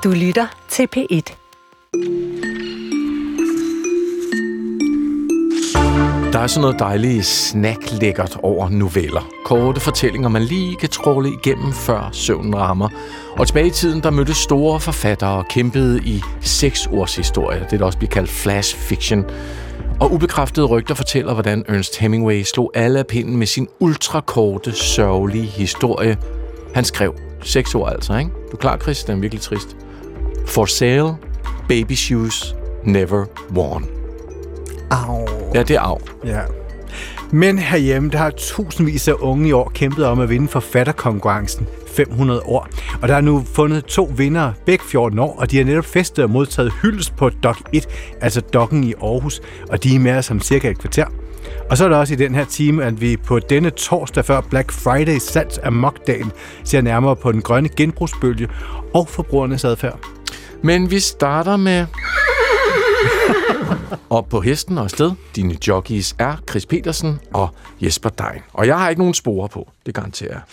Du lytter til P1. Der er sådan noget dejligt snacklækkert over noveller. Korte fortællinger, man lige kan tråle igennem, før søvnen rammer. Og tilbage i tiden, der mødtes store forfattere og kæmpede i 6-ordshistorie. Det der også bliver kaldt flash fiction. Og ubekræftede rygter fortæller, hvordan Ernest Hemingway slog alle af pinden med sin ultrakorte, sørgelige historie. Han skrev 6 ord altså, ikke? Du er klar, Chris? Den er virkelig trist. For sale, baby shoes, never worn. Au. Ja, det er af. Ja. Men herhjemme, der har tusindvis af unge i år kæmpet om at vinde forfatterkonkurrencen 500 år. Og der er nu fundet 2 vindere, begge 14 år, og de har netop festet og modtaget hyldest på Dok 1, altså Dokken i Aarhus, og de er med os om cirka et kvarter. Og så er der også i den her time, at vi på denne torsdag før Black Friday salgs af mokdagen ser nærmere på den grønne genbrugsbølge og forbrugernes adfærd. Men vi starter med... Op på hesten og afsted. Dine jockeys er Chris Petersen og Jesper Dein. Og jeg har ikke nogen sporer på, det garanterer jeg.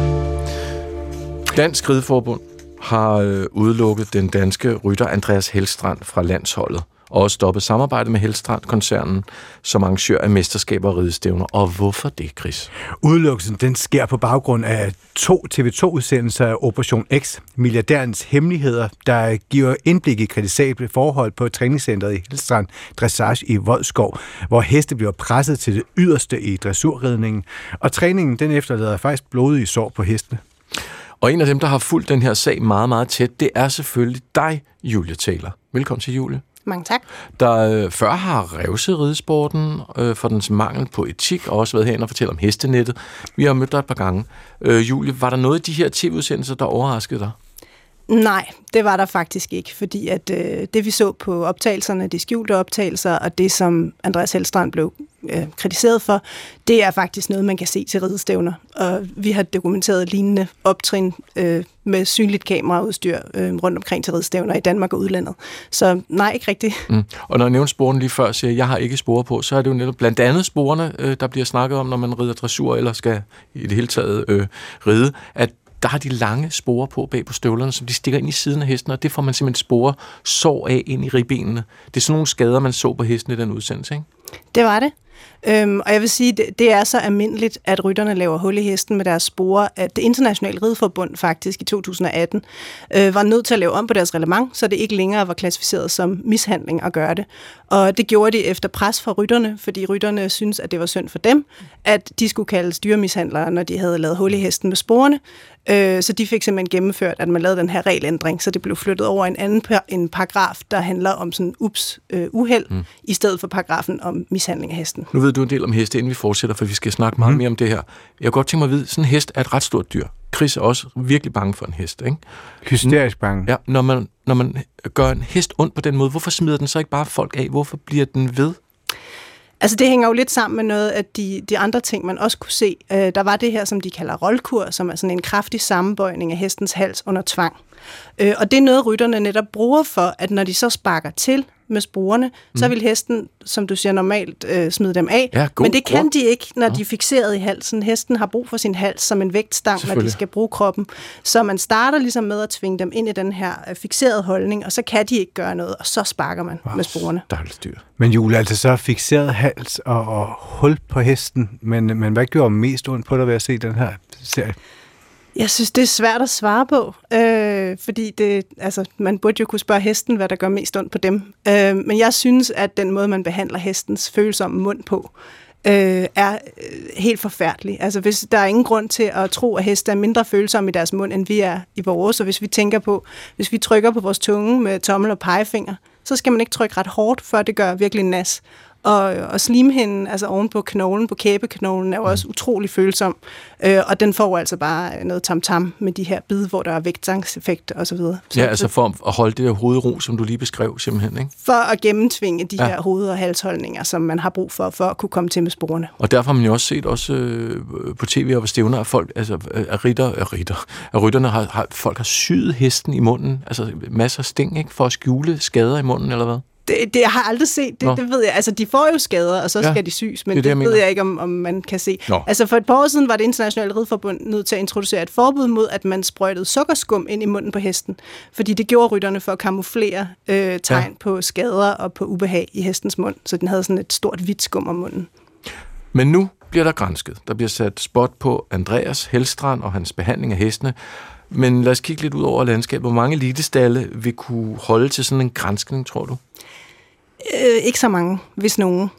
Dansk Rideforbund har udelukket den danske rytter Andreas Helstrand fra landsholdet, og også stoppet samarbejde med Helstrand-koncernen som arrangør af mesterskaber og ridestævner. Og hvorfor det, Chris? Udelukkelsen den sker på baggrund af 2 TV2-udsendelser af Operation X, milliardærens hemmeligheder, der giver indblik i kritisable forhold på træningscentret i Helstrand Dressage i Vodskov, hvor heste bliver presset til det yderste i dressurridningen, og træningen den efterlader faktisk blodige sår på hestene. Og en af dem, der har fulgt den her sag meget, meget tæt, det er selvfølgelig dig, Julie Taylor. Velkommen til, Julie. Mange tak. Der før har revset ridesporten for dens mangel på etik, og også været herinde og fortælle om hestenettet. Vi har mødt dig et par gange. Julie, var der noget i de her tv-udsendelser, der overraskede dig? Nej, det var der faktisk ikke, fordi at det vi så på optagelserne, de skjulte optagelser, og det som Andreas Helstrand blev kritiseret for, det er faktisk noget, man kan se til ridestævner. Og vi har dokumenteret lignende optrin med synligt kameraudstyr rundt omkring til ridestævner i Danmark og udlandet. Så nej, ikke rigtigt. Og når jeg nævnte sporene lige før, siger jeg har ikke sporer på, så er det jo netop blandt andet sporene, der bliver snakket om, når man rider dressur eller skal i det hele taget ride, at der har de lange sporer på bag på støvlerne, som de stikker ind i siden af hesten, og det får man simpelthen sporer sår af ind i ribbenene. Det er sådan nogle skader, man så på hesten i den udsendelse, ikke? Det var det. Og jeg vil sige, det er så almindeligt, at rytterne laver hul i hesten med deres sporer, at det internationale rideforbund faktisk i 2018 var nødt til at lave om på deres reglement, så det ikke længere var klassificeret som mishandling at gøre det. Og det gjorde de efter pres fra rytterne, fordi rytterne syntes, at det var synd for dem, at de skulle kaldes dyremishandlere, når de havde lavet hul i hesten med sporene. Så de fik simpelthen gennemført, at man lavede den her regelændring, så det blev flyttet over en paragraf, der handler om sådan uheld, i stedet for paragrafen om mishandling af hesten. Nu ved du en del om heste, inden vi fortsætter, for vi skal snakke meget mere om det her. Jeg kunne godt tænke mig at vide, sådan en hest er et ret stort dyr. Chris er også virkelig bange for en hest, ikke? Hysterisk bange. Ja, når man gør en hest ondt på den måde, hvorfor smider den så ikke bare folk af? Hvorfor bliver den ved? Altså det hænger jo lidt sammen med noget af de andre ting, man også kunne se. Der var det her, som de kalder rollkur, som er sådan en kraftig sammenbøjning af hestens hals under tvang. Og det er noget, rytterne netop bruger for, at når de så sparker til med sporene, så vil hesten, som du siger, normalt smide dem af. Ja, men det kan de ikke, når de er fikseret i halsen. Hesten har brug for sin hals som en vægtstang, når de skal bruge kroppen. Så man starter ligesom med at tvinge dem ind i den her fikserede holdning, og så kan de ikke gøre noget, og så sparker man med sporene. Dejligt dyr. Men Julie, altså så fikseret hals og hul på hesten, men hvad gjorde mest ondt på dig ved at se den her serie? Jeg synes, det er svært at svare på, fordi man burde jo kunne spørge hesten, hvad der gør mest ondt på dem. Men jeg synes, at den måde, man behandler hestens følsomme mund på, er helt forfærdelig. Altså, hvis der er ingen grund til at tro, at heste er mindre følsomme i deres mund, end vi er i vores, og hvis vi trykker på vores tunge med tommel og pegefinger, så skal man ikke trykke ret hårdt, før det gør virkelig nas. Og slimhinden, altså oven på knoglen, på kæbeknoglen, er jo også utrolig følsom. Og den får altså bare noget tamtam med de her bid, hvor der er vægtsangseffekt og så videre. Ja, altså for at holde det der hovedro, som du lige beskrev simpelthen, ikke? For at gennemtvinge de her hoved- og halsholdninger, som man har brug for at kunne komme til med sporene. Og derfor har man jo også set på tv og på stævner, at folk, altså rytterne folk har syet hesten i munden, altså masser af sting, ikke? For at skjule skader i munden, eller hvad? Det jeg har aldrig set, det ved jeg. Altså, de får jo skader, og så skal de syes, men det ved jeg ikke, om man kan se. Altså, for et par år siden var det internationale rideforbund nødt til at introducere et forbud mod, at man sprøjtede sukkerskum ind i munden på hesten, fordi det gjorde rytterne for at kamuflere tegn på skader og på ubehag i hestens mund, så den havde sådan et stort hvidt skum om munden. Men nu bliver der gransket. Der bliver sat spot på Andreas Helstrand og hans behandling af hestene. Men lad os kigge lidt ud over landskabet. Hvor mange elitestalle vil kunne holde til sådan en granskning, tror du? Ikke så mange, hvis nogen.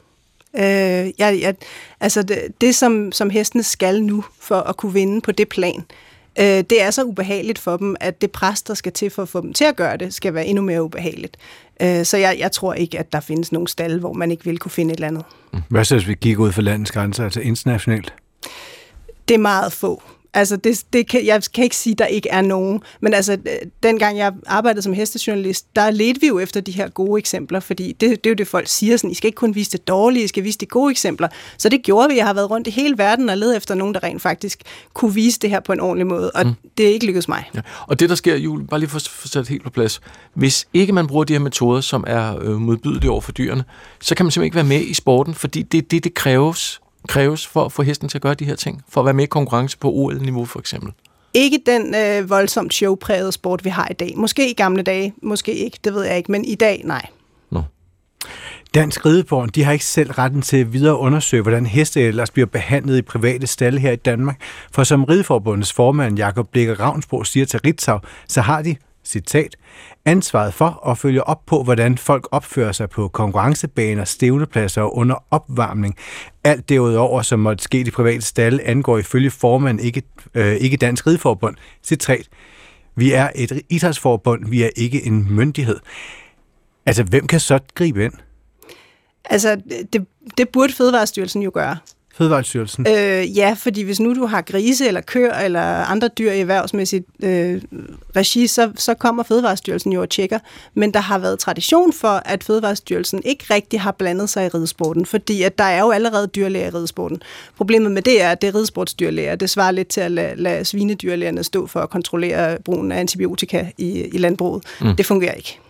Altså det som hestene skal nu for at kunne vinde på det plan, det er så ubehageligt for dem, at det pres, der skal til for at få dem til at gøre det, skal være endnu mere ubehageligt. Så jeg tror ikke, at der findes nogen stalle, hvor man ikke vil kunne finde et eller andet. Hvad så, hvis vi kigger ud for landets grænser, altså internationalt? Det er meget få. Altså, jeg kan ikke sige, at der ikke er nogen, men altså, dengang jeg arbejdede som hestejournalist, der ledte vi jo efter de her gode eksempler, fordi det er jo det, folk siger, sådan, I skal ikke kun vise det dårlige, I skal vise de gode eksempler. Så det gjorde vi. Jeg har været rundt i hele verden og ledet efter nogen, der rent faktisk kunne vise det her på en ordentlig måde, og det er ikke lykkedes mig. Ja. Og det, der sker, Julie, bare lige for at sætte helt på plads, hvis ikke man bruger de her metoder, som er modbydelige over for dyrene, så kan man simpelthen ikke være med i sporten, fordi det kræves for at få hesten til at gøre de her ting, for at være med i konkurrence på OL-niveau for eksempel? Ikke den voldsomt showprægede sport, vi har i dag. Måske i gamle dage, måske ikke, det ved jeg ikke, men i dag, nej. No. Dansk Rideforbund, de har ikke selv retten til at videre undersøge, hvordan heste ellers bliver behandlet i private stalde her i Danmark. For som Rideforbundets formand Jakob Blicher Ravnsborg siger til Ritzau, så har de, citat, ansvaret for at følge op på, hvordan folk opfører sig på konkurrencebaner, stævnepladser og under opvarmning. Alt derudover, som måtte ske i de private stalde, angår ifølge formanden ikke Dansk Rideforbund. Citat, vi er et idrætsforbund, vi er ikke en myndighed. Altså, hvem kan så gribe ind? Altså, det burde Fødevarestyrelsen jo gøre. Fødevarestyrelsen? Ja, fordi hvis nu du har grise eller køer eller andre dyr i erhvervsmæssigt regi, så kommer Fødevarestyrelsen jo og tjekker. Men der har været tradition for, at Fødevarestyrelsen ikke rigtig har blandet sig i ridesporten, fordi at der er jo allerede dyrlæger i ridesporten. Problemet med det er, at det er ridesportsdyrlæger. Det svarer lidt til at lade svinedyrlægerne stå for at kontrollere brugen af antibiotika i landbruget. Det fungerer ikke.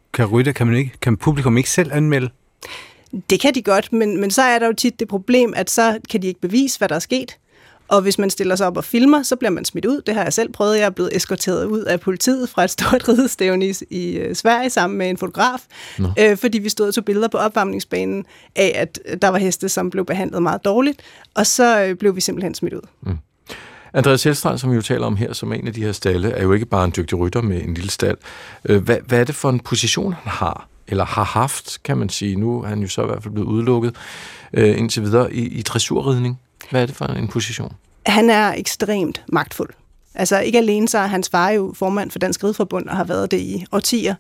Kan publikum ikke selv anmelde? Det kan de godt, men så er der jo tit det problem, at så kan de ikke bevise, hvad der er sket. Og hvis man stiller sig op og filmer, så bliver man smidt ud. Det har jeg selv prøvet. Jeg er blevet eskorteret ud af politiet fra et stort ridestævne i Sverige sammen med en fotograf, fordi vi stod og tog billeder på opvarmningsbanen af, at der var heste, som blev behandlet meget dårligt. Og så blev vi simpelthen smidt ud. Andreas Helstrand, som vi jo taler om her, som en af de her stalle, er jo ikke bare en dygtig rytter med en lille stald. Hvad er det for en position, han har? Eller har haft, kan man sige. Nu er han jo så i hvert fald blevet udelukket indtil videre i dressurridning. Hvad er det for en position? Han er ekstremt magtfuld. Altså ikke alene så er hans far jo formand for Dansk Rideforbund og har været det i årtier.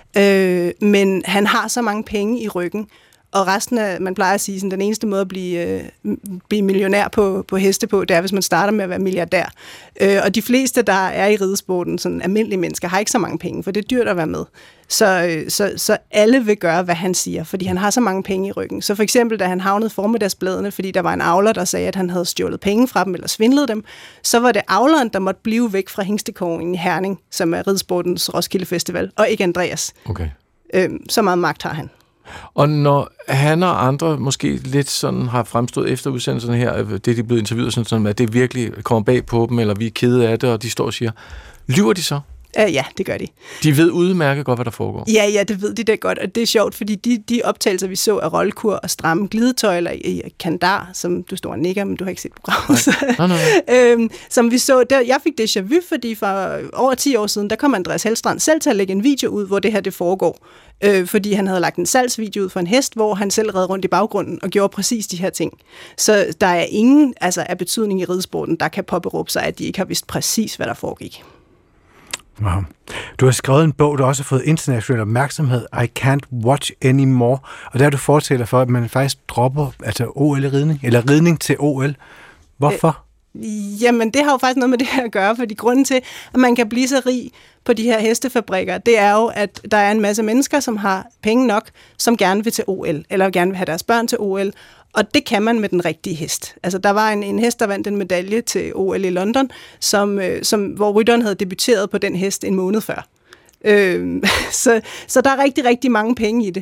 Men han har så mange penge i ryggen. Og resten af, man plejer at sige, sådan, den eneste måde at blive millionær på heste på, det er, hvis man starter med at være milliardær. Og de fleste, der er i ridesporten, sådan almindelige mennesker, har ikke så mange penge, for det er dyrt at være med. Så alle vil gøre, hvad han siger, fordi han har så mange penge i ryggen. Så for eksempel, da han havnede Formiddagsbladene, fordi der var en avler, der sagde, at han havde stjålet penge fra dem eller svindlet dem, så var det avleren, der måtte blive væk fra Hingstekåringen i Herning, som er ridesportens Roskilde Festival, og ikke Andreas. Okay. Så meget magt har han. Og når han og andre måske lidt sådan har fremstået efter udsendelserne her, det de er blevet interviewet sådan, at det virkelig kommer bag på dem, eller vi er kede af det, og de står og siger, lyver de så? Ja, det gør de. De ved udmærket godt, hvad der foregår. Ja, det ved de da godt, og det er sjovt, fordi de optagelser, vi så af rollekur og stramme glidetøjler i Kandar, som du står og nikker, men du har ikke set programmet. Nej. Som vi så, jeg fik déjà vu, fordi for over 10 år siden, der kom Andreas Helstrand selv til at lægge en video ud, hvor det her det foregår. Fordi han havde lagt en salgsvideo ud for en hest, hvor han selv red rundt i baggrunden og gjorde præcis de her ting. Så der er ingen af betydning i ridesporten, der kan påberåbe sig, at de ikke har vidst præcis, hvad der foregik. Wow. Du har skrevet en bog, der også har fået international opmærksomhed, I Can't Watch Anymore, og der er du fortæller for, at man faktisk dropper OL i ridning, eller ridning til OL. Hvorfor? Jamen, det har jo faktisk noget med det her at gøre, fordi grunden til, at man kan blive så rig på de her hestefabrikker, det er jo, at der er en masse mennesker, som har penge nok, som gerne vil til OL, eller gerne vil have deres børn til OL, og det kan man med den rigtige hest. Altså, der var en hest, der vandt en medalje til OL i London, hvor rytteren havde debuteret på den hest en måned før. Så der er rigtig, rigtig mange penge i det.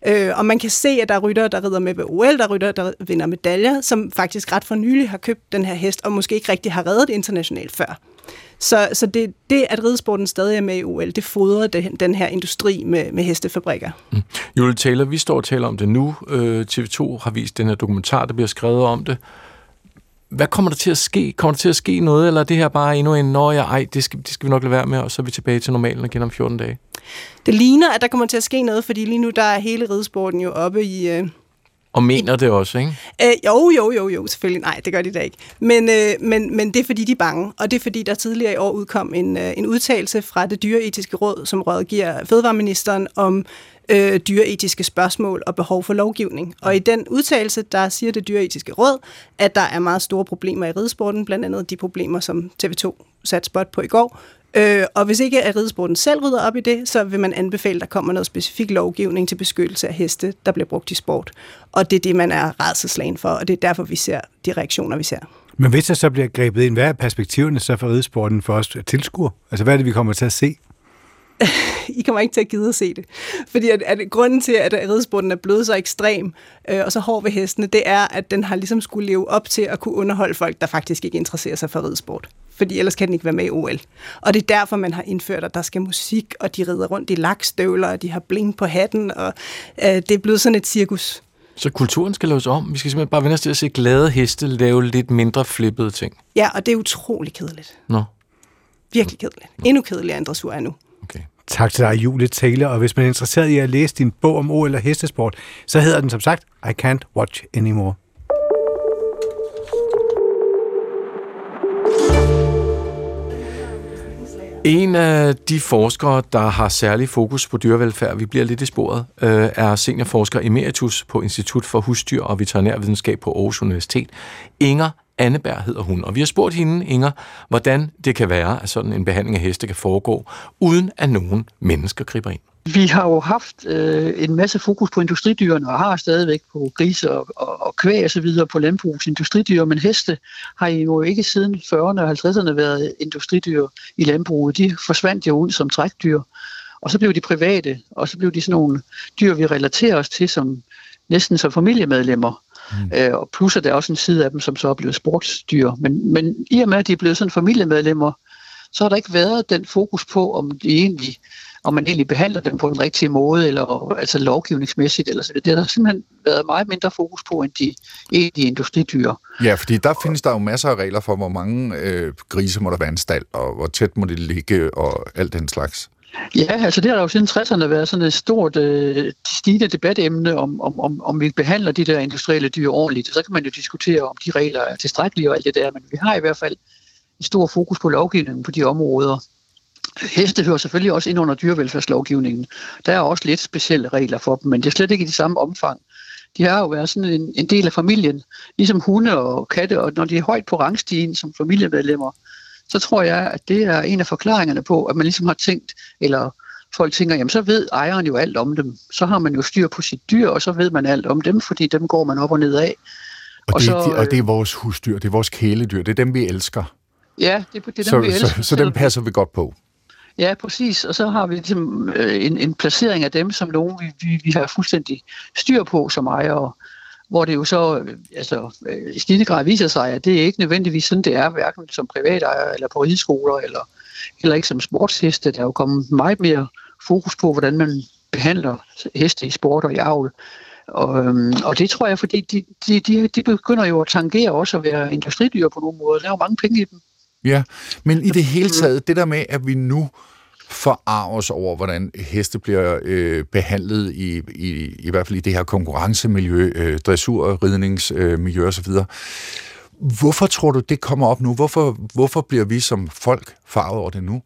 Og man kan se, at der er ryttere, der rider med ved OL, der er ryttere, der vinder medaljer, som faktisk ret for nylig har købt den her hest, og måske ikke rigtig har reddet internationalt før. Så det, at ridesporten stadig er med i OL, det fodrer den her industri med hestefabrikker. Julie Taylor, vi står og taler om det nu. TV2 har vist den her dokumentar, der bliver skrevet om det. Hvad kommer der til at ske? Kommer der til at ske noget, eller er det her bare endnu en det skal vi nok lade være med, og så er vi tilbage til normalen igen om 14 dage? Det ligner, at der kommer til at ske noget, fordi lige nu der er hele ridesporten jo oppe i... Og mener det også, ikke? Jo, selvfølgelig. Nej, det gør de da ikke. Men det er, fordi de er bange, og det er, fordi der tidligere i år udkom en udtalelse fra det dyreetiske råd, som rådgiver fødevareministeren om dyreetiske spørgsmål og behov for lovgivning. Og i den udtalelse, der siger det dyreetiske råd, at der er meget store problemer i ridesporten, blandt andet de problemer, som TV2 satte spot på i går. Og hvis ikke at ridesporten selv rydder op i det, så vil man anbefale, at der kommer noget specifik lovgivning til beskyttelse af heste, der bliver brugt i sport. Og det er det, man er rædselsslagen for, og det er derfor, vi ser de reaktioner, vi ser. Men hvis der så bliver grebet ind, hvad er perspektiverne så for ridesporten for os tilskuere? Altså, hvad er det, vi kommer til at se? I kommer ikke til at gide at se det. Fordi at grunden til, at ridesporten er blevet så ekstrem og så hård ved hestene, det er, at den har ligesom skulle leve op til at kunne underholde folk, der faktisk ikke interesserer sig for ridesport. Fordi ellers kan den ikke være med i OL. Og det er derfor, man har indført, at der skal musik, og de rider rundt i lakstøvler, og de har bling på hatten, og det er blevet sådan et cirkus. Så kulturen skal laves om? Vi skal simpelthen bare vende os til at se glade heste lave lidt mindre flippede ting? Ja, og det er utrolig kedeligt. Virkelig kedeligt. Endnu kedeligere end dressur er nu. Okay. Tak til dig, Julie Taylor. Og hvis man er interesseret i at læse din bog om OL og hestesport, så hedder den som sagt I Can't Watch Anymore. En af de forskere, der har særlig fokus på dyrevelfærd, vi bliver lidt i sporet, er seniorforsker emeritus på Institut for Husdyr og Veterinærvidenskab på Aarhus Universitet. Inger Anneberg hedder hun, og vi har spurgt hende, Inger, hvordan det kan være, at sådan en behandling af heste kan foregå, uden at nogen mennesker griber ind. Vi har jo haft en masse fokus på industridyrene, og har stadigvæk på grise og kvæg og så videre på landbrugs industridyr, men heste har jo ikke siden 40'erne og 50'erne været industridyr i landbruget. De forsvandt jo ud som trækdyr, og så blev de private, og så blev de sådan nogle dyr, vi relaterer os til som næsten som familiemedlemmer. Og plus er der også en side af dem, som så er blevet sportsdyr. Men i og med, at de er blevet sådan familiemedlemmer, så har der ikke været den fokus på, om man egentlig behandler dem på den rigtige måde, eller altså lovgivningsmæssigt, eller så videre. Det har simpelthen været meget mindre fokus på, end de egentlige industridyr. Ja, fordi der findes der jo masser af regler for, hvor mange grise må der være en stald, og hvor tæt må det ligge, og alt den slags. Ja, altså det har der jo siden 60'erne været sådan et stort stigende debatemne om vi behandler de der industrielle dyr ordentligt. Så kan man jo diskutere, om de regler er tilstrækkelige og alt det der, men vi har i hvert fald en stor fokus på lovgivningen på de områder. Heste hører selvfølgelig også ind under dyrevelfærdslovgivningen. Der er også lidt specielle regler for dem, men det er slet ikke i det samme omfang. De har jo været sådan en del af familien, ligesom hunde og katte, og når de er højt på rangstigen som familiemedlemmer, så tror jeg, at det er en af forklaringerne på, at man ligesom har tænkt, eller folk tænker, jamen så ved ejeren jo alt om dem. Så har man jo styr på sit dyr, og så ved man alt om dem, fordi dem går man op og ned af. Og det er vores husdyr, det er vores kæledyr, det er dem, vi elsker. Ja, det er dem, vi elsker. Så dem passer vi godt på. Ja, præcis. Og så har vi ligesom en placering af dem, som nogen vi har fuldstændig styr på som ejere. Hvor det jo så i stigende grad viser sig, at det er ikke nødvendigvis sådan, det er, hverken som privatejer eller på rideskoler, eller ikke som sportsheste. Der er jo kommet meget mere fokus på, hvordan man behandler heste i sport og i avl. Og det tror jeg, fordi de begynder jo at tangere også at være industridyr på nogle måder. Der er jo mange penge i dem. Ja, men i det hele taget, det der med, at vi nu forarves over, hvordan heste bliver behandlet i hvert fald i det her konkurrencemiljø, dressur, ridningsmiljø osv. Hvorfor tror du, det kommer op nu? Hvorfor bliver vi som folk farvet over det nu?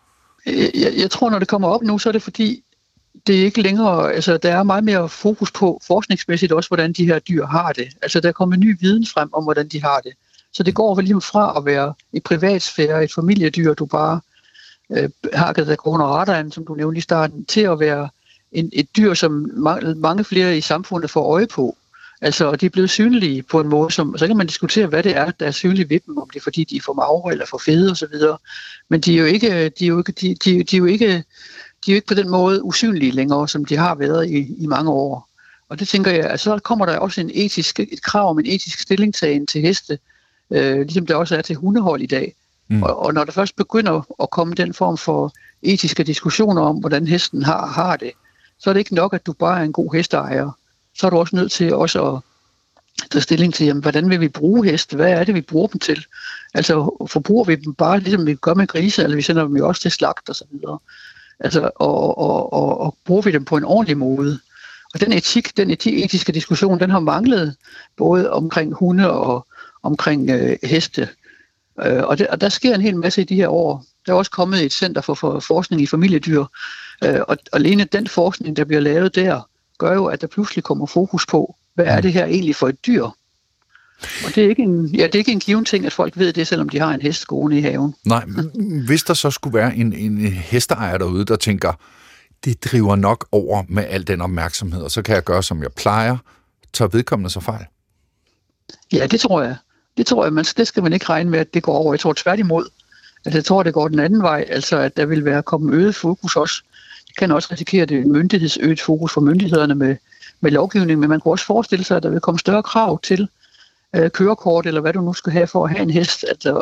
Jeg tror, når det kommer op nu, så er det fordi, det er ikke længere, altså der er meget mere fokus på forskningsmæssigt også, hvordan de her dyr har det. Altså der er kommet ny viden frem om, hvordan de har det. Så det går vel lige fra at være et privatsfære, et familiedyr, du bare hakket af grund og radaren, som du nævnte i starten, til at være et dyr, som mange flere i samfundet får øje på. Altså, de er blevet synlige på en måde, så kan man diskutere, hvad det er, der er synligt ved dem, om det er fordi, de er for magre eller for fede osv. Men de er jo ikke på den måde usynlige længere, som de har været i mange år. Og det tænker jeg, at så kommer der også et krav om en etisk stillingtagen til heste, ligesom der også er til hundehold i dag. Og når der først begynder at komme den form for etiske diskussioner om, hvordan hesten har det, så er det ikke nok, at du bare er en god hesteejer. Så er du også nødt til også at tage stilling til, jamen, hvordan vil vi bruge heste? Hvad er det, vi bruger dem til? Altså, forbruger vi dem bare, ligesom vi gør med grise, eller vi sender dem jo også til slagt og så videre. Altså, og bruger vi dem på en ordentlig måde? Og den etiske diskussion, den har manglet både omkring hunde og omkring heste. Og der sker en hel masse i de her år. Der er også kommet et center for forskning i familiedyr, og alene den forskning, der bliver lavet der, gør jo, at der pludselig kommer fokus på, hvad er det her egentlig for et dyr? Og det er ikke en given ting, at folk ved det, selvom de har en hest gående i haven. Nej, hvis der så skulle være en hesteejer derude, der tænker, det driver nok over med al den opmærksomhed, og så kan jeg gøre, som jeg plejer, tager vedkommende så fejl? Ja, det tror jeg. Det skal man ikke regne med, at det går over. Jeg tror tværtimod, at jeg tror, det går den anden vej, altså at der vil være kommet øget fokus også. Det kan også risikere det myndighedsøget fokus for myndighederne med lovgivning, men man kan også forestille sig, at der vil komme større krav til kørekort, eller hvad du nu skal have for at have en hest,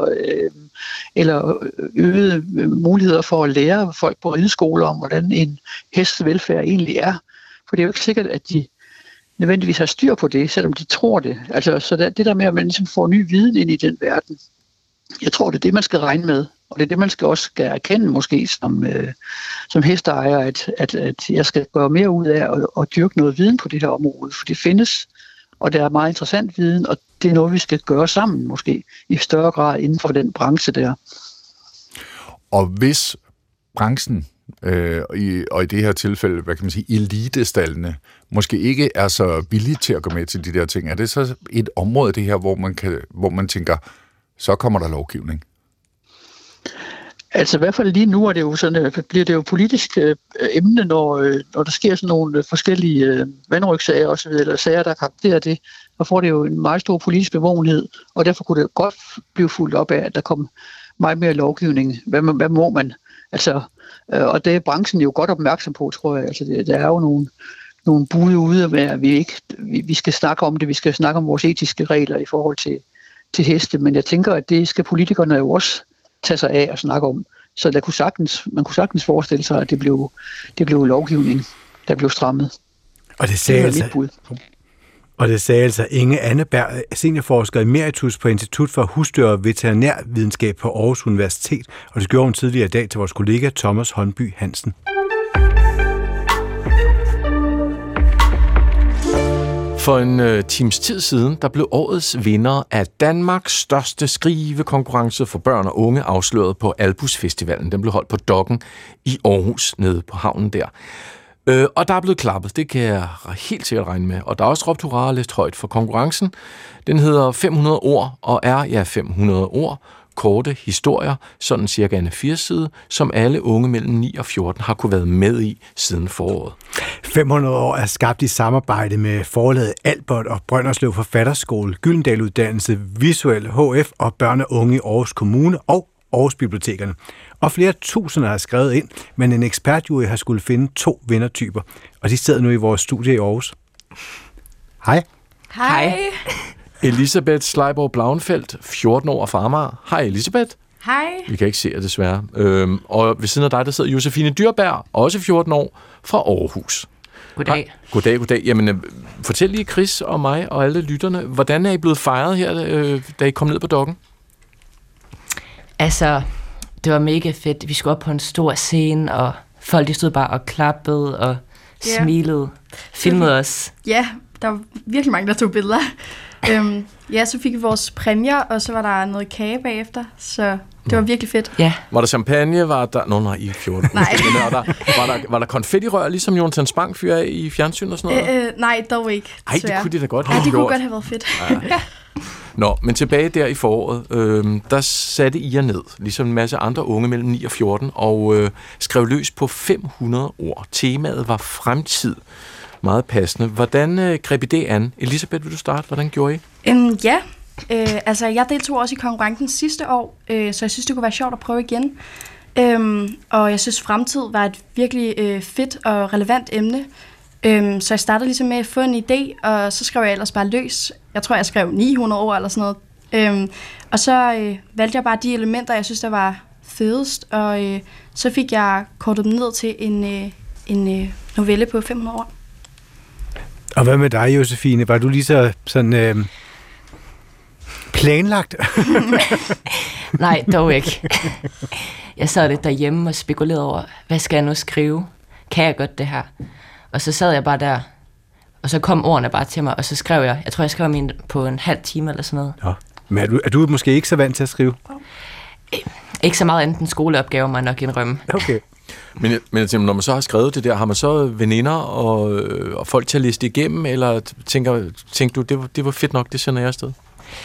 eller øgede muligheder for at lære folk på rideskoler om, hvordan en hests velfærd egentlig er. For det er jo ikke sikkert, at de nødvendigvis har styr på det, selvom de tror det. Altså, så det der med, at man ligesom får ny viden ind i den verden, jeg tror, det er det, man skal regne med. Og det er det, man skal også erkende måske som hesteejer, at jeg skal gøre mere ud af at dyrke noget viden på det her område, for det findes, og der er meget interessant viden, og det er noget, vi skal gøre sammen måske i større grad inden for den branche der. Og hvis branchen, og i det her tilfælde, hvad kan man sige, elitestallene, måske ikke er så villige til at gå med til de der ting, er det så et område det her, hvor man tænker, så kommer der lovgivning? Altså i hvert fald lige nu er det jo sådan, bliver det jo politisk emne, når der sker sådan nogle forskellige vandrygsager osv., eller sager, der karakterer det, så får det jo en meget stor politisk bevågenhed, og derfor kunne det godt blive fuldt op af, at der kom meget mere lovgivning. Hvad må man? Altså, og det er branchen jo godt opmærksom på, tror jeg. Altså, der er jo nogle bud ude med, at vi skal snakke om det, vi skal snakke om vores etiske regler i forhold til heste, men jeg tænker, at det skal politikerne jo også tage sig af og snakke om. Så man kunne sagtens forestille sig, at det blev lovgivning, der blev strammet. Og det sagde altså Inge Anneberg, seniorforsker emeritus på Institut for Husdyr- og Veterinærvidenskab på Aarhus Universitet, og det gjorde hun tidligere i dag til vores kollega Thomas Håndby Hansen. For en times tid siden, der blev årets vinder af Danmarks største skrivekonkurrence for børn og unge afsløret på Albus Festivalen. Den blev holdt på Dokken i Aarhus, nede på havnen der. Og der er blevet klappet, det kan jeg helt sikkert regne med. Og der er også råbt hurra lidt højt for konkurrencen. Den hedder 500 ord, og er 500 ord. Korte historier, sådan cirka en 4-side, som alle unge mellem 9 og 14 har kunne være med i siden foråret. 500 år er skabt i samarbejde med forlaget Albert og Brønderslev Forfatterskole, Gyldendal-uddannelse, Visuel HF og Børn og Unge i Aarhus Kommune og Aarhus Bibliotekerne. Og flere tusinder har skrevet ind, men en ekspertjury har skulle finde 2 vindertyper, og de sidder nu i vores studie i Aarhus. Hej. Hej. Elisabeth Sleiborg Blauenfeldt, 14 år fra Amager. Hej Elisabeth. Hej. Vi kan ikke se jer desværre. Og ved siden af dig, der sidder Josefine Dyrberg, også 14 år, fra Aarhus. Goddag. Goddag. Jamen, fortæl lige Chris og mig og alle lytterne, hvordan er I blevet fejret her, da I kom ned på Dokken? Altså, det var mega fedt. Vi skulle op på en stor scene, og folk de stod bare og klappede og smilede. Filmede os. Ja, der var virkelig mange, der tog billeder. Så fik vi vores præmier, og så var der noget kage bagefter, så det var virkelig fedt. Ja. Var der champagne? Var der... Nej, i 14. Nej. var der konfettirør, ligesom Jonathan Spang fyrer af i fjernsyn og sådan noget? Nej, dog ikke. Ej, det kunne de da godt have gjort. Ja, det kunne gjort. godt have været fedt. Ja. Nå, men tilbage der i foråret, der satte I jer ned, ligesom en masse andre unge mellem 9 og 14, og skrev løs på 500 ord. Temaet var fremtid. Meget passende. Hvordan greb I det an? Elisabeth, vil du starte? Hvordan gjorde I? Jeg deltog også i konkurrencen sidste år, så jeg synes, det kunne være sjovt at prøve igen. Og jeg synes, fremtid var et virkelig fedt og relevant emne. Så jeg startede ligesom med at få en idé, og så skrev jeg ellers bare løs. Jeg tror, jeg skrev 900 ord eller sådan noget. Og så valgte jeg bare de elementer, jeg synes, der var fedest, og så fik jeg kortet dem ned til en novelle på 500 ord. Og hvad med dig, Josefine? Var du lige så sådan planlagt? Nej, dog ikke. Jeg sad lidt derhjemme og spekulerede over, hvad skal jeg nu skrive? Kan jeg godt det her? Og så sad jeg bare der, og så kom ordene bare til mig, og så skrev jeg. Jeg tror, jeg skrev min på en halv time eller sådan noget. Ja. Men er du måske ikke så vant til at skrive? Ikke så meget andet end skoleopgaver, må jeg nok indrømme. Okay. Men når man så har skrevet det der, har man så veninder og folk til at læse det igennem, eller tænker du, det var fedt nok, det sender jeg afsted?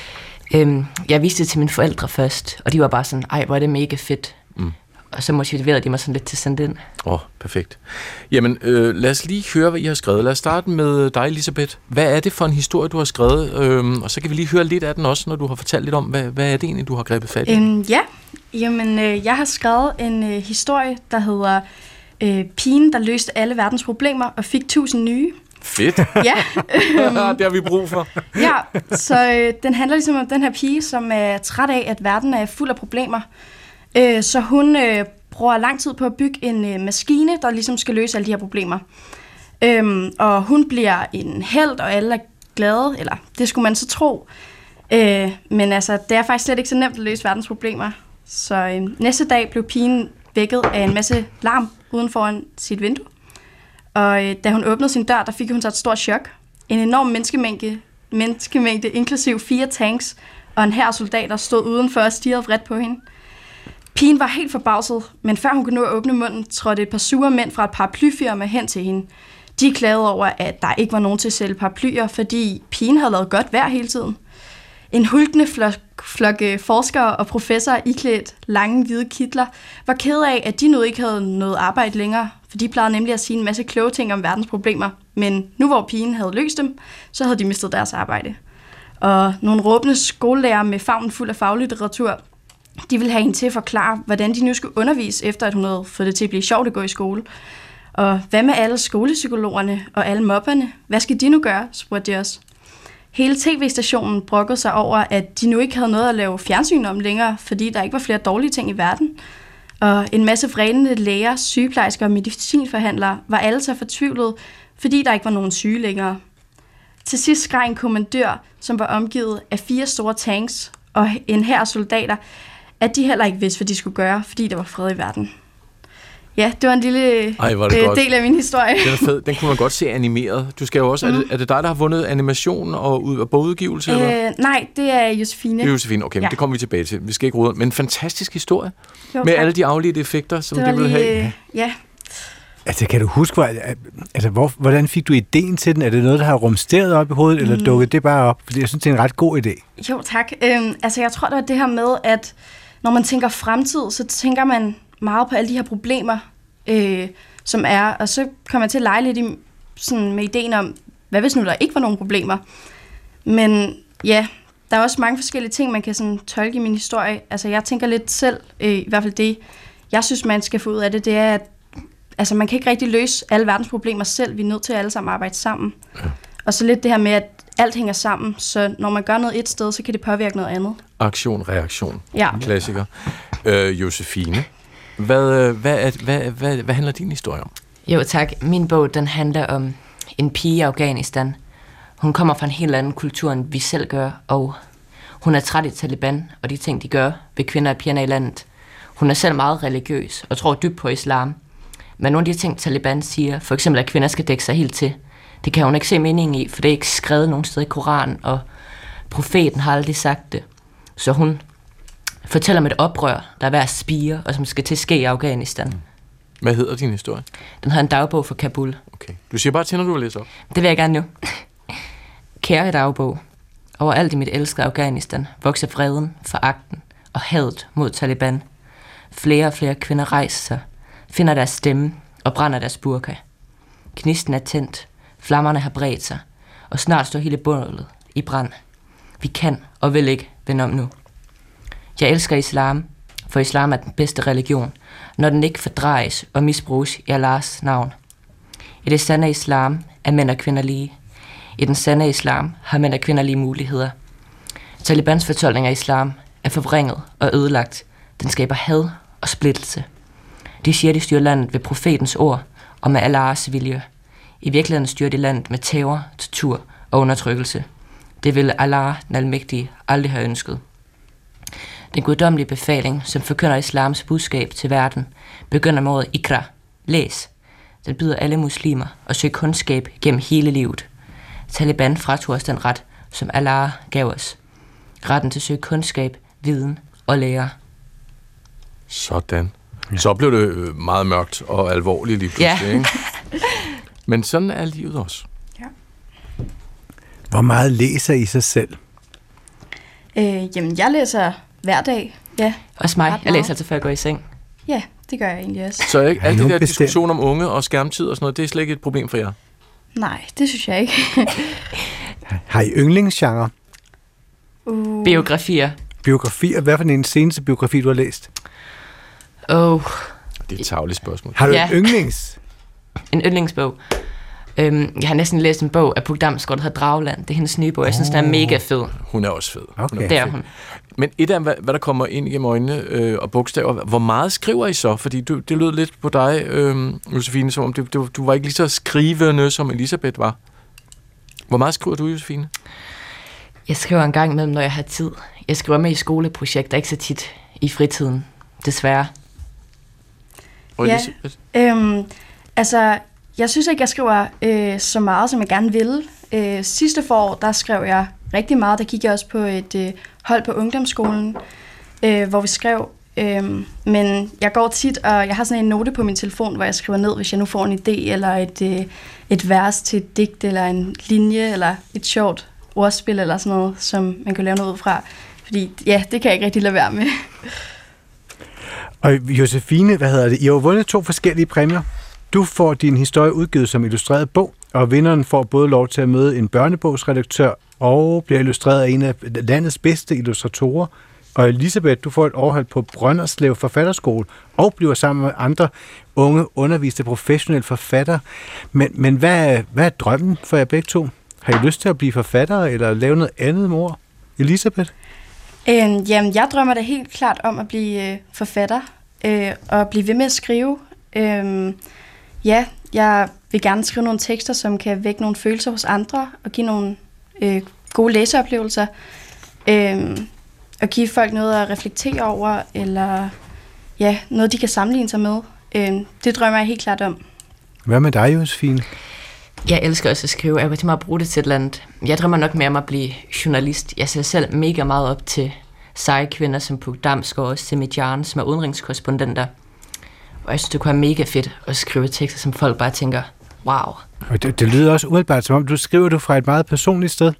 Jeg viste det til mine forældre først, og de var bare sådan, ej, hvor er det mega fedt. Og så motiverede de mig sådan lidt til at sende den. Perfekt. Jamen, lad os lige høre, hvad I har skrevet. Lad os starte med dig, Elisabeth. Hvad er det for en historie, du har skrevet? Og så kan vi lige høre lidt af den også, når du har fortalt lidt om, hvad er det egentlig, du har grebet fat i? Jeg har skrevet en historie, der hedder Pigen, der løste alle verdens problemer og fik 1000 nye. Fedt. Ja. Det har vi brug for. Ja, så den handler ligesom om den her pige, som er træt af, at verden er fuld af problemer. Så hun bruger lang tid på at bygge en maskine, der ligesom skal løse alle de her problemer. Og hun bliver en helt, og alle er glade, eller det skulle man så tro. Men altså, det er faktisk slet ikke så nemt at løse verdens problemer. Så næste dag blev pigen vækket af en masse larm uden foran sit vindue. Og da hun åbnede sin dør, der fik hun så et stort chok. En enorm menneskemængde inklusiv 4 tanks og en hær af soldater stod udenfor og stirrede vredt på hende. Pigen var helt forbavset, men før hun kunne nå at åbne munden, trådte et par sure mænd fra et paraplyrfirma hen til hende. De klagede over, at der ikke var nogen til at sælge paraplyer, fordi pigen havde lavet godt vejr hele tiden. En hulkende flok forskere og professorer iklædt lange hvide kitler var ked af, at de nu ikke havde noget arbejde længere, for de plejede nemlig at sige en masse kloge ting om verdens problemer. Men nu hvor pigen havde løst dem, så havde de mistet deres arbejde. Og nogle råbende skolelærer med favnen fuld af faglitteratur, de ville have hende til at forklare, hvordan de nu skulle undervise, efter at hun havde fået det til at blive sjovt at gå i skole. Og hvad med alle skolepsykologerne og alle mobberne? Hvad skal de nu gøre, spurgte de os. Hele tv-stationen brokkede sig over, at de nu ikke havde noget at lave fjernsyn om længere, fordi der ikke var flere dårlige ting i verden. Og en masse vrælende læger, sygeplejersker og medicinforhandlere var alle så fortvivlede, fordi der ikke var nogen syge længere. Til sidst skreg en kommandør, som var omgivet af 4 store tanks og en hær af soldater, at de heller ikke vidste, hvad de skulle gøre, fordi der var fred i verden. Ja, det var en lille del af min historie. Den er fed. Den kunne man godt se animeret. Du skal jo også... Er det dig, der har vundet animation og bogudgivelse? Nej, det er Josefine. Det er Josefine, okay, men det kommer vi tilbage til. Vi skal ikke rode. Men en fantastisk historie. Jo, med alle de afledte effekter, som det vil have. Ja. Altså, kan du huske, hvordan fik du ideen til den? Er det noget, der har rumsteret op i hovedet, eller dukkede det bare op? Fordi jeg synes, det er en ret god idé. Jo, tak. Jeg tror, det var det her med, at når man tænker fremtid, så tænker man meget på alle de her problemer, som er, og så kommer man til at lege lidt med ideen om, hvad hvis nu der ikke var nogen problemer? Men ja, der er også mange forskellige ting, man kan sådan tolke i min historie. Altså, jeg tænker lidt selv, i hvert fald det, jeg synes, man skal få ud af det, det er, at man kan ikke rigtig løse alle verdens problemer selv. Vi er nødt til at alle sammen arbejde sammen. Ja. Og så lidt det her med, at alt hænger sammen, så når man gør noget et sted, så kan det påvirke noget andet. Aktion, reaktion. Ja. Klassiker. Josefine, hvad handler din historie om? Jo, tak. Min bog, den handler om en pige i Afghanistan. Hun kommer fra en helt anden kultur, end vi selv gør, og hun er træt i Taliban og de ting, de gør ved kvinder og piger i landet. Hun er selv meget religiøs og tror dybt på islam. Men nogle af de ting, Taliban siger, for eksempel at kvinder skal dække sig helt til, det kan hun ikke se mening i, for det er ikke skrevet nogen sted i Koranen, og profeten har aldrig sagt det. Så hun fortæller om et oprør, der er ved at spire, og som skal til at ske i Afghanistan. Hvad hedder din historie? Den hedder En dagbog for Kabul. Okay. Du siger bare til, når du vil læse op. Det vil jeg gerne nu. Kære dagbog, overalt i mit elskede Afghanistan vokser vreden, foragten og hadet mod Taliban. Flere og flere kvinder rejser sig, finder deres stemme og brænder deres burka. Knisten er tændt, flammerne har bredt sig, og snart står hele bålet i brand. Vi kan og vil ikke vende om nu. Jeg elsker islam, for islam er den bedste religion, når den ikke fordrejes og misbruges i Allahs navn. I det sande islam er mænd og kvinder lige. I den sande islam har mænd og kvinder lige muligheder. Talibans fortolkning af islam er forvrænget og ødelagt. Den skaber had og splittelse. De siger, de styrer landet ved profetens ord og med Allahs vilje. I virkeligheden styrer de landet med terror, tortur og undertrykkelse. Det ville Allah, den almægtige, aldrig have ønsket. Den guddommelige befaling, som forkynder islams budskab til verden, begynder med ordet ikra, læs. Den byder alle muslimer at søge kundskab gennem hele livet. Taliban fratog os den ret, som Allah gav os. Retten til at søge kundskab, viden og lære. Sådan. Så blev det meget mørkt og alvorligt lige pludselig, ikke? Men sådan er livet også. Ja. Hvor meget læser I sig selv? Jamen, jeg læser hver dag. Ja. Også mig. Jeg læser altså, før jeg går i seng. Ja, det gør jeg egentlig også. Så ikke alle de der diskussioner om unge og skærmtid og sådan noget, det er slet ikke et problem for jer? Nej, det synes jeg ikke. Har I yndlingsgenre? Biografier. Biografier? Hvad for en seneste biografi, du har læst? Det er et tarveligt spørgsmål. Har du en yndlings? En yndlingsbog. Jeg har næsten læst en bog af Puk Damsgaard, der hedder Dragland. Det er hendes nye bog. Jeg synes, den er mega fed. Hun er også fed. Okay. Det er hun. Men et af, hvad der kommer ind igennem øjnene og bogstaver, hvor meget skriver I så? Fordi det lød lidt på dig, Josefine, som om du var ikke lige så skrivende, som Elisabeth var. Hvor meget skriver du, Josefine? Jeg skriver en gang imellem, når jeg har tid. Jeg skriver med i skoleprojekter, ikke så tit i fritiden. Desværre. Og Ja. Elisabeth? Altså, jeg synes ikke, jeg skriver så meget, som jeg gerne vil. Sidste forår, der skrev jeg rigtig meget. Der gik jeg også på et hold på ungdomsskolen, hvor vi skrev. Men jeg går tit, og jeg har sådan en note på min telefon, hvor jeg skriver ned, hvis jeg nu får en idé, eller et vers til et digt, eller en linje, eller et sjovt ordspil, eller sådan noget, som man kan lave noget ud fra. Fordi ja, det kan jeg ikke rigtig lade være med. Og Josefine, I har jo vundet 2 forskellige præmier. Du får din historie udgivet som illustreret bog, og vinderen får både lov til at møde en børnebogsredaktør og bliver illustreret af en af landets bedste illustratorer. Og Elisabeth, du får et overhold på Brønderslev Forfatterskole og bliver sammen med andre unge underviste professionelle forfattere. Men hvad er drømmen for jer begge to? Har I lyst til at blive forfattere eller lave noget andet med ord? Elisabeth? Jamen, jeg drømmer da helt klart om at blive forfatter og blive ved med at skrive. Ja, jeg vil gerne skrive nogle tekster, som kan vække nogle følelser hos andre og give nogle gode læseoplevelser. Og give folk noget at reflektere over, eller ja, noget, de kan sammenligne sig med. Det drømmer jeg helt klart om. Hvad med dig, Josefine? Jeg elsker også at skrive. Jeg vil til mig at bruge det til et eller andet. Jeg drømmer nok mere om at blive journalist. Jeg ser selv mega meget op til seje kvinder som Puk Damsgaard og Semidjan, som er udenrigskorrespondenter. Og jeg synes, det kunne være mega fedt at skrive tekster, som folk bare tænker, wow. Og det lyder også umiddelbart, som om du skriver fra et meget personligt sted.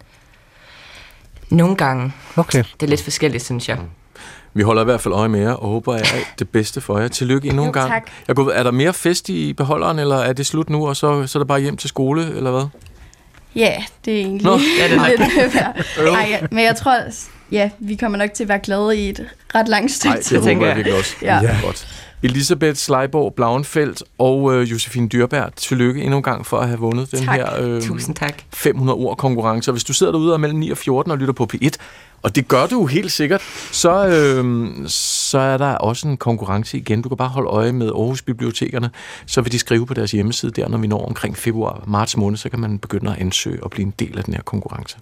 Nogle gange. Okay. Det er lidt forskelligt, synes jeg. Vi holder i hvert fald øje med jer, og håber, at alt det bedste for jer. Tillykke endnu en gang. Tak. Er der mere fest i beholderen, eller er det slut nu, og så er det bare hjem til skole, eller hvad? Ja, det er egentlig Ja, det er lidt Nej, men jeg tror, ja, vi kommer nok til at være glade i et ret langt stykke tid. Det håber jeg virkelig også. Ja. Ja. Godt. Elisabeth Sleiborg Blauenfeldt og Josefine Dyrberg, tillykke endnu en gang for at have vundet den her Tusind tak. 500 ord konkurrence. Og hvis du sidder derude og mellem 9 og 14 og lytter på P1, og det gør du helt sikkert, så er der også en konkurrence igen. Du kan bare holde øje med Aarhus Bibliotekerne, så vil de skrive på deres hjemmeside der, når vi når omkring februar-marts måned, så kan man begynde at ansøge og blive en del af den her konkurrence.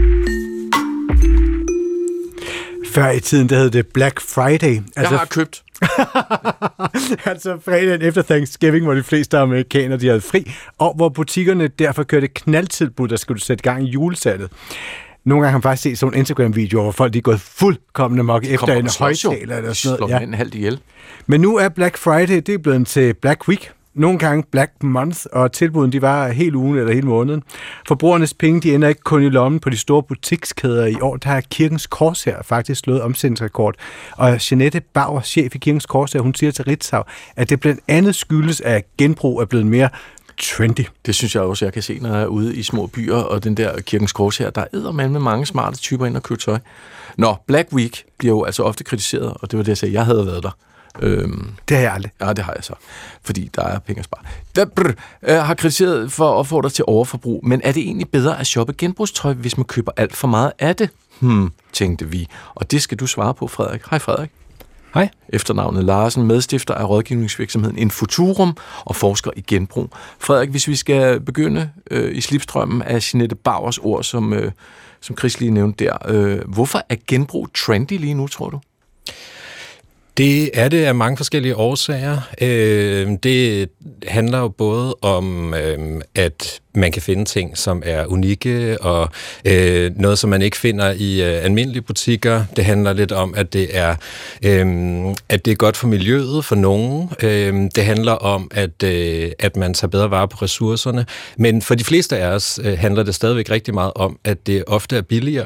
Før i tiden, der hed det Black Friday. Jeg har købt. Altså fredagen efter Thanksgiving, hvor de fleste amerikanere de havde fri, og hvor butikkerne derfor kørte knaldtilbud, der skulle sætte gang i julesalget. Nogle gange har man faktisk set sådan en Instagram-video, hvor folk de er gået fuldkommen amok efter en højtaler eller sådan noget. Ja. En halvt ihjel. Men nu er Black Friday, det er blevet til Black Week. Nogle gange Black Month, og tilbuden de var hele ugen eller hele måneden. Forbrugernes penge de ender ikke kun i lommen på de store butikskæder. I år der har Kirkens Korshær faktisk slået omsætningsrekord. Og Jeanette Bauer, chef i Kirkens Korshær, hun siger til Ritzau, at det blandt andet skyldes, at genbrug er blevet mere trendy. Det synes jeg også, jeg kan se, når jeg er ude i små byer, og den der Kirkens Korshær, der er med mange smarte typer ind og købe tøj. Nå, Black Week bliver jo altså ofte kritiseret, og det var det, jeg sagde, jeg havde været der. Det har jeg aldrig. Ja, det har jeg så, fordi der er penge at spare. Har kritiseret for at opfordre til overforbrug, men er det egentlig bedre at shoppe genbrugstøj, hvis man køber alt for meget af det? Tænkte vi. Og det skal du svare på, Frederik. Hej, Frederik. Hej. Efternavnet Larsen, medstifter af rådgivningsvirksomheden Infuturum og forsker i genbrug. Frederik, hvis vi skal begynde i slipstrømmen af Jeanette Bauers ord, som Chris lige nævnte der. Hvorfor er genbrug trendy lige nu, tror du? Det er det af mange forskellige årsager. Det handler jo både om, at man kan finde ting, som er unikke, og noget, som man ikke finder i almindelige butikker. Det handler lidt om, at det er godt for miljøet for nogen. Det handler om, at man tager bedre vare på ressourcerne. Men for de fleste af os handler det stadigvæk rigtig meget om, at det ofte er billigere.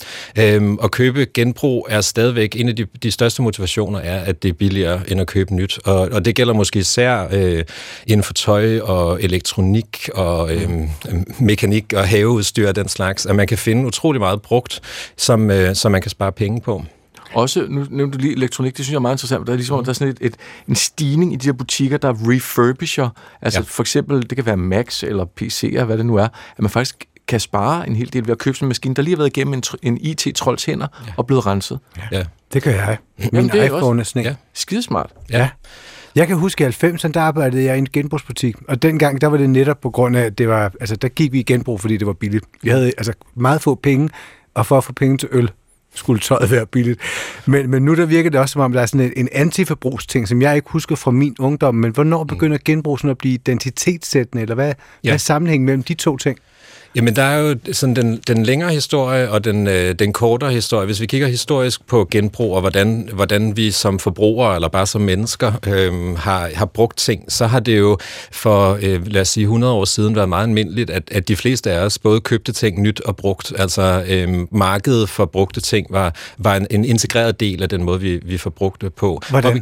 At købe genbrug er stadigvæk en af de største motivationer, er, at det er billigere end at købe nyt. Og det gælder måske især inden for tøj og elektronik og mekanik og haveudstyr og den slags, at man kan finde utrolig meget brugt, som man kan spare penge på. Også, nu nævnte du lige elektronik, det synes jeg er meget interessant. Der er ligesom, der er sådan en stigning i de her butikker, der refurbisher. Altså for eksempel, det kan være Macs eller PC'er, hvad det nu er, at man faktisk kan spare en hel del ved at købe sådan en maskine, der lige har været igennem en IT-trolds hænder og blevet renset. Ja, det kan jeg. Min iPhone er sådan en. Skidesmart. Ja. Jeg kan huske, at i 90'erne, der arbejdede jeg i en genbrugsbutik, og dengang, der var det netop på grund af, at det var, altså der gik vi i genbrug, fordi det var billigt. Vi havde altså meget få penge, og for at få penge til øl, skulle tøjet være billigt. Men nu der virker det også, som om der er sådan en antiforbrugsting, som jeg ikke husker fra min ungdom, men hvornår begynder genbrug sådan at blive identitetssættende, eller hvad er sammenhængen mellem de to ting? Jamen, der er jo sådan den længere historie og den kortere historie. Hvis vi kigger historisk på genbrug og hvordan vi som forbrugere eller bare som mennesker har brugt ting, så har det jo for, lad os sige, 100 år siden været meget almindeligt, at de fleste af os både købte ting nyt og brugt. Altså markedet for brugte ting var en integreret del af den måde, vi forbrugte på.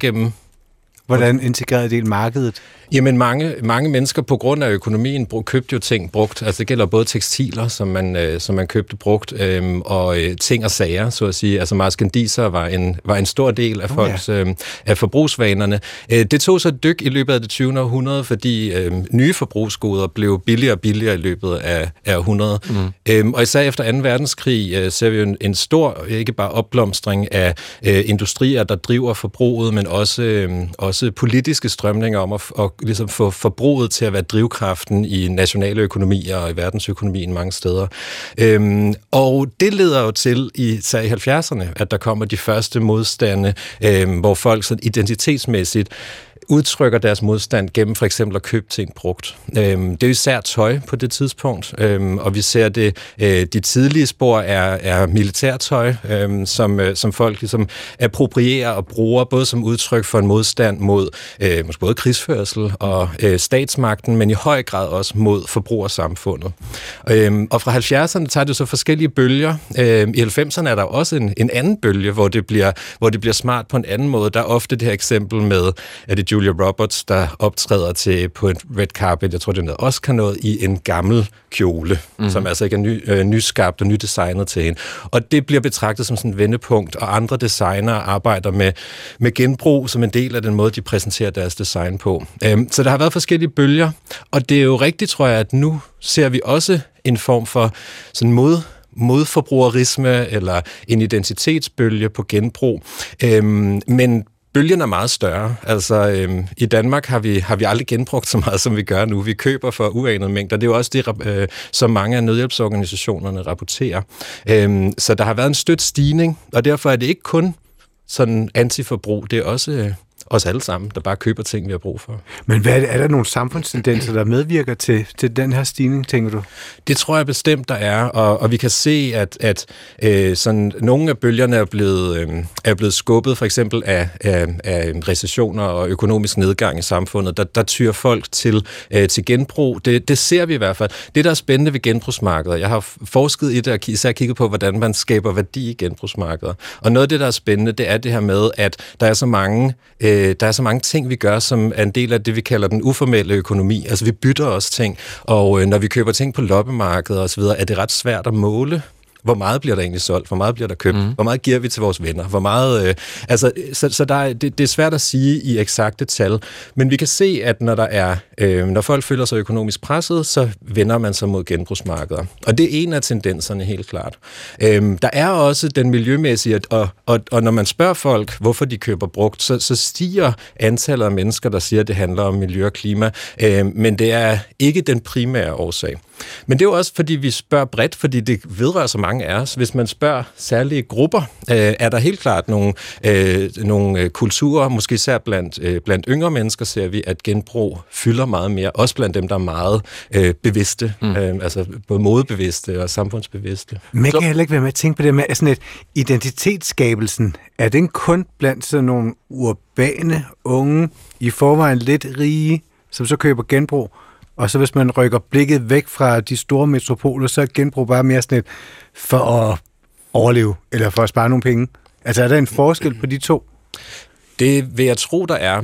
Hvordan integrerede det markedet? Jamen, mange mennesker på grund af økonomien købte jo ting brugt. Altså, det gælder både tekstiler, som man købte brugt, og ting og sager, så at sige. Altså, marskandisere var en stor del af folks af forbrugsvanerne. Det tog så et dyk i løbet af det 20. århundrede, fordi nye forbrugsgoder blev billigere og billigere i løbet af århundredet. Og især efter 2. verdenskrig ser vi jo en stor, ikke bare opblomstring af industrier, der driver forbruget, men også politiske strømninger om at ligesom få forbruget til at være drivkraften i nationale økonomier og i verdensøkonomien mange steder. Og det leder jo til, især i 70'erne, at der kommer de første modstande, hvor folk sådan identitetsmæssigt udtrykker deres modstand gennem for eksempel at købe ting brugt. Det er jo især tøj på det tidspunkt, og vi ser det, de tidlige spor er militærtøj, som folk ligesom approprierer og bruger, både som udtryk for en modstand mod måske både krigsførsel og statsmagten, men i høj grad også mod forbrugersamfundet. Og fra 70'erne tager det så forskellige bølger. I 90'erne er der også en anden bølge, hvor det bliver smart på en anden måde. Der er ofte det her eksempel med, at det Julia Roberts, der optræder på et red carpet, jeg tror, det er noget Oscar noget, i en gammel kjole, som altså ikke er nyskabt og nydesignet til hende. Og det bliver betragtet som sådan et vendepunkt, og andre designere arbejder med genbrug som en del af den måde, de præsenterer deres design på. Så der har været forskellige bølger, og det er jo rigtigt, tror jeg, at nu ser vi også en form for sådan modforbrugerisme eller en identitetsbølge på genbrug. Men bølgen er meget større. Altså, i Danmark har vi aldrig genbrugt så meget, som vi gør nu. Vi køber for uanede mængder. Det er jo også det, som mange af nødhjælpsorganisationerne rapporterer. Så der har været en støt stigning, og derfor er det ikke kun sådan antiforbrug. Det er også os alle sammen, der bare køber ting, vi har brug for. Men er der nogle samfundstendenser, der medvirker til den her stigning, tænker du? Det tror jeg bestemt, der er, og vi kan se, at sådan nogle af bølgerne er blevet skubbet, for eksempel af recessioner og økonomisk nedgang i samfundet. Der tyrer folk til genbrug. Det ser vi i hvert fald. Det, der er spændende ved genbrugsmarkedet, jeg har forsket i det og især kigget på, hvordan man skaber værdi i genbrugsmarkedet. Og noget af det, der er spændende, det er det her med, at der er så mange ting, vi gør, som er en del af det, vi kalder den uformelle økonomi. Altså, vi bytter også ting, og når vi køber ting på loppemarkedet og så videre, er det ret svært at måle, hvor meget bliver der egentlig solgt, hvor meget bliver der købt, hvor meget giver vi til vores venner, hvor meget... Så det er svært at sige i eksakte tal, men vi kan se, at når folk føler sig økonomisk presset, så vender man sig mod genbrugsmarkeder. Og det er en af tendenserne helt klart. Der er også den miljømæssige, og når man spørger folk, hvorfor de køber brugt, så stiger antallet af mennesker, der siger, at det handler om miljø og klima, men det er ikke den primære årsag. Men det er jo også, fordi vi spørger bredt, fordi det vedrører så mange af os. Hvis man spørger særlige grupper, er der helt klart nogle kulturer, måske især blandt yngre mennesker, ser vi, at genbrug fylder meget mere, også blandt dem, der er meget bevidste, altså både modebevidste og samfundsbevidste. Men kan heller ikke være med at tænke på det med, sådan et identitetsskabelsen, er den kun blandt sådan nogle urbane unge, i forvejen lidt rige, som så køber genbrug, og så hvis man rykker blikket væk fra de store metropoler, så er genbrug bare mere sådan et for at overleve, eller for at spare nogle penge. Altså er der en forskel på de to? Det vil jeg tro, der er,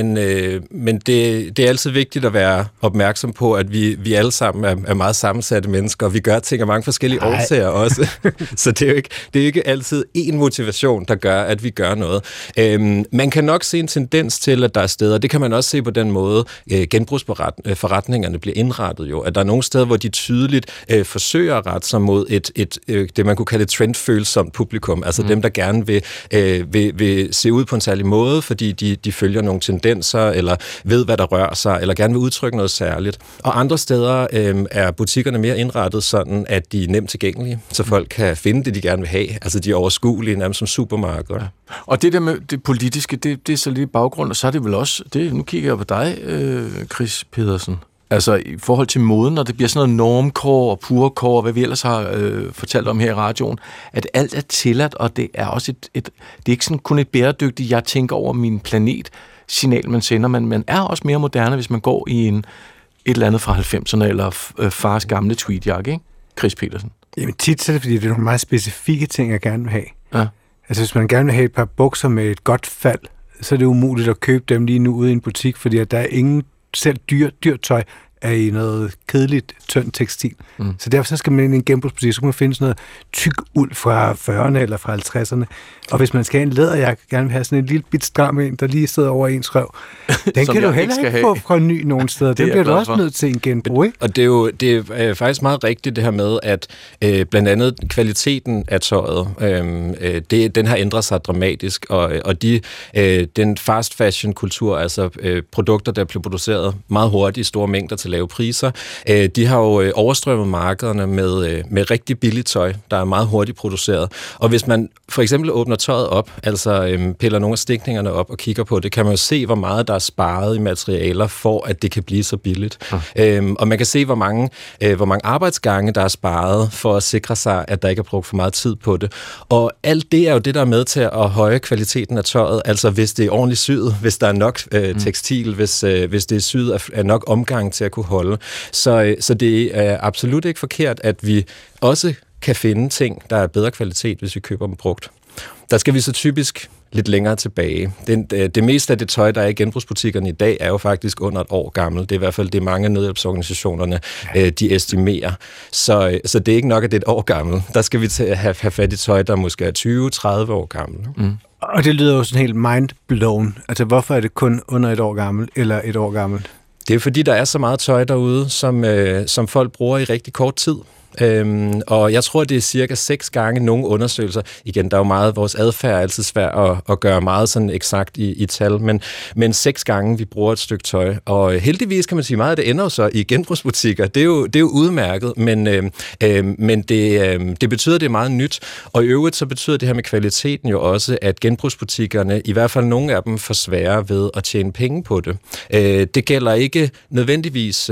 men det er altid vigtigt at være opmærksom på, at vi alle sammen er meget sammensatte mennesker, og vi gør ting af mange forskellige årsager også. Så det er jo ikke altid én motivation, der gør, at vi gør noget. Man kan nok se en tendens til, at der er steder, det kan man også se på den måde, genbrugsforretningerne bliver indrettet jo, at der er nogle steder, hvor de tydeligt forsøger at rette sig mod det, man kunne kalde et trendfølsomt publikum, altså dem, der gerne vil se ud på en særlig måde, fordi de følger nogle tendenser, eller ved, hvad der rører sig, eller gerne vil udtrykke noget særligt. Og andre steder er butikkerne mere indrettet sådan, at de er nemt tilgængelige, så folk kan finde det, de gerne vil have. Altså, de er overskuelige, nærmest som supermarkeder. Ja. Og det der med det politiske, det er så lidt baggrund, og så er det vel også, nu kigger jeg på dig, Chris Pedersen, altså i forhold til moden, når det bliver sådan noget normkår og purekår, og hvad vi ellers har fortalt om her i radioen, at alt er tilladt, og det er også det er ikke sådan kun et bæredygtigt, jeg tænker over min planet signal, man sender, men man er også mere moderne, hvis man går i et eller andet fra 90'erne, eller fars gamle tweetjakke, ikke? Chris Petersen. Jamen tit så er det, fordi det er nogle meget specifikke ting, jeg gerne vil have. Ja. Altså hvis man gerne vil have et par bukser med et godt fald, så er det umuligt at købe dem lige nu ude i en butik, fordi at der er ingen selv dyrt tøj er i noget kedeligt, tyndt tekstil. Så derfor så skal man ind i en genbrugsbutik, så kan man finde sådan noget tyk uld fra 40'erne eller fra 50'erne. Og hvis man skal have en læderjakke, gerne vil have sådan en lille bit stram en, der lige sidder over ens røv, den kan du heller ikke få fra ny nogen steder. Den bliver du også nødt til en genbrug, ikke? Og det er faktisk meget rigtigt det her med, at blandt andet kvaliteten af tøjet, den har ændret sig dramatisk, og den fast fashion kultur, altså produkter, der bliver produceret meget hurtigt i store mængder til lave priser, de har jo overstrømmet markederne med rigtig billigt tøj, der er meget hurtigt produceret. Og hvis man for eksempel åbner tøjet op, altså piller nogle af stikningerne op og kigger på det, kan man jo se, hvor meget der er sparet i materialer, for at det kan blive så billigt. Og man kan se, hvor mange arbejdsgange, der er sparet, for at sikre sig, at der ikke er brugt for meget tid på det. Og alt det er jo det, der er med til at høje kvaliteten af tøjet, altså hvis det er ordentligt syet, hvis der er nok tekstil, hvis det er syet af nok omgang til at kunne holde. Så det er absolut ikke forkert, at vi også kan finde ting, der er bedre kvalitet, hvis vi køber dem brugt. Der skal vi så typisk lidt længere tilbage. Det meste af det tøj, der er i genbrugsbutikkerne i dag, er jo faktisk under et år gammelt. Det er i hvert fald det, mange nødhjælpsorganisationerne de estimerer. Så det er ikke nok, at det er et år gammelt. Der skal vi til at have fat i tøj, der måske er 20-30 år gammelt. Og det lyder jo sådan helt mind-blown. Altså, hvorfor er det kun under et år gammelt, eller et år gammelt? Det er fordi, der er så meget tøj derude, som folk bruger i rigtig kort tid. Og jeg tror, det er cirka 6 gange nogle undersøgelser. Igen, der er jo meget, vores adfærd er altid svært at gøre meget sådan eksakt i tal, men 6 gange vi bruger et stykke tøj. Og heldigvis kan man sige, meget af det ender jo så i genbrugsbutikker. Det er jo udmærket, men det betyder, at det er meget nyt. Og i øvrigt så betyder det her med kvaliteten jo også, at genbrugsbutikkerne, i hvert fald nogle af dem, får sværere ved at tjene penge på det. Det gælder ikke nødvendigvis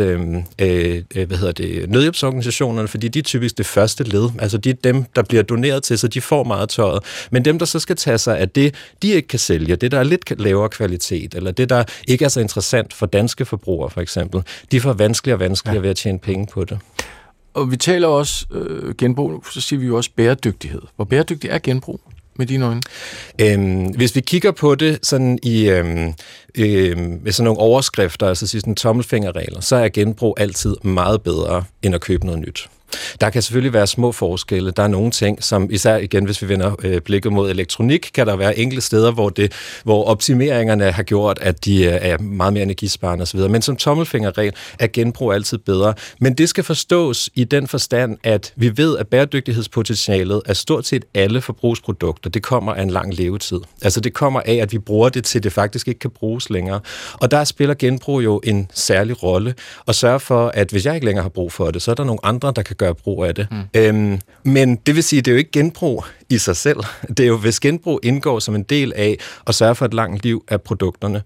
nødhjælpsorganisationerne, fordi de er typisk det første led. Altså de er dem, der bliver doneret til, så de får meget tøjet. Men dem, der så skal tage sig af det, de ikke kan sælge, det der er lidt lavere kvalitet, eller det, der ikke er så interessant for danske forbrugere for eksempel, de får vanskeligere og vanskeligere ved at tjene penge på det. Og vi taler også genbrug, så siger vi jo også bæredygtighed. Hvor bæredygtig er genbrug med dine øjne? Hvis vi kigger på det sådan i sådan nogle overskrifter, altså sådan tommelfingerregler, så er genbrug altid meget bedre end at købe noget nyt. Der kan selvfølgelig være små forskelle. Der er nogle ting, som især igen, hvis vi vender blikket mod elektronik, kan der være enkelte steder, hvor optimeringerne har gjort, at de er meget mere energisparende osv. Men som tommelfingerregel er genbrug altid bedre. Men det skal forstås i den forstand, at vi ved, at bæredygtighedspotentialet af stort set alle forbrugsprodukter, det kommer af en lang levetid. Altså det kommer af, at vi bruger det til det faktisk ikke kan bruges længere. Og der spiller genbrug jo en særlig rolle og sørge for, at hvis jeg ikke længere har brug for det, så er der nogle andre, der kan gøre brug af det. Men det vil sige, det er jo ikke genbrug i sig selv. Det er jo, hvis genbrug indgår som en del af at sørge for et langt liv af produkterne.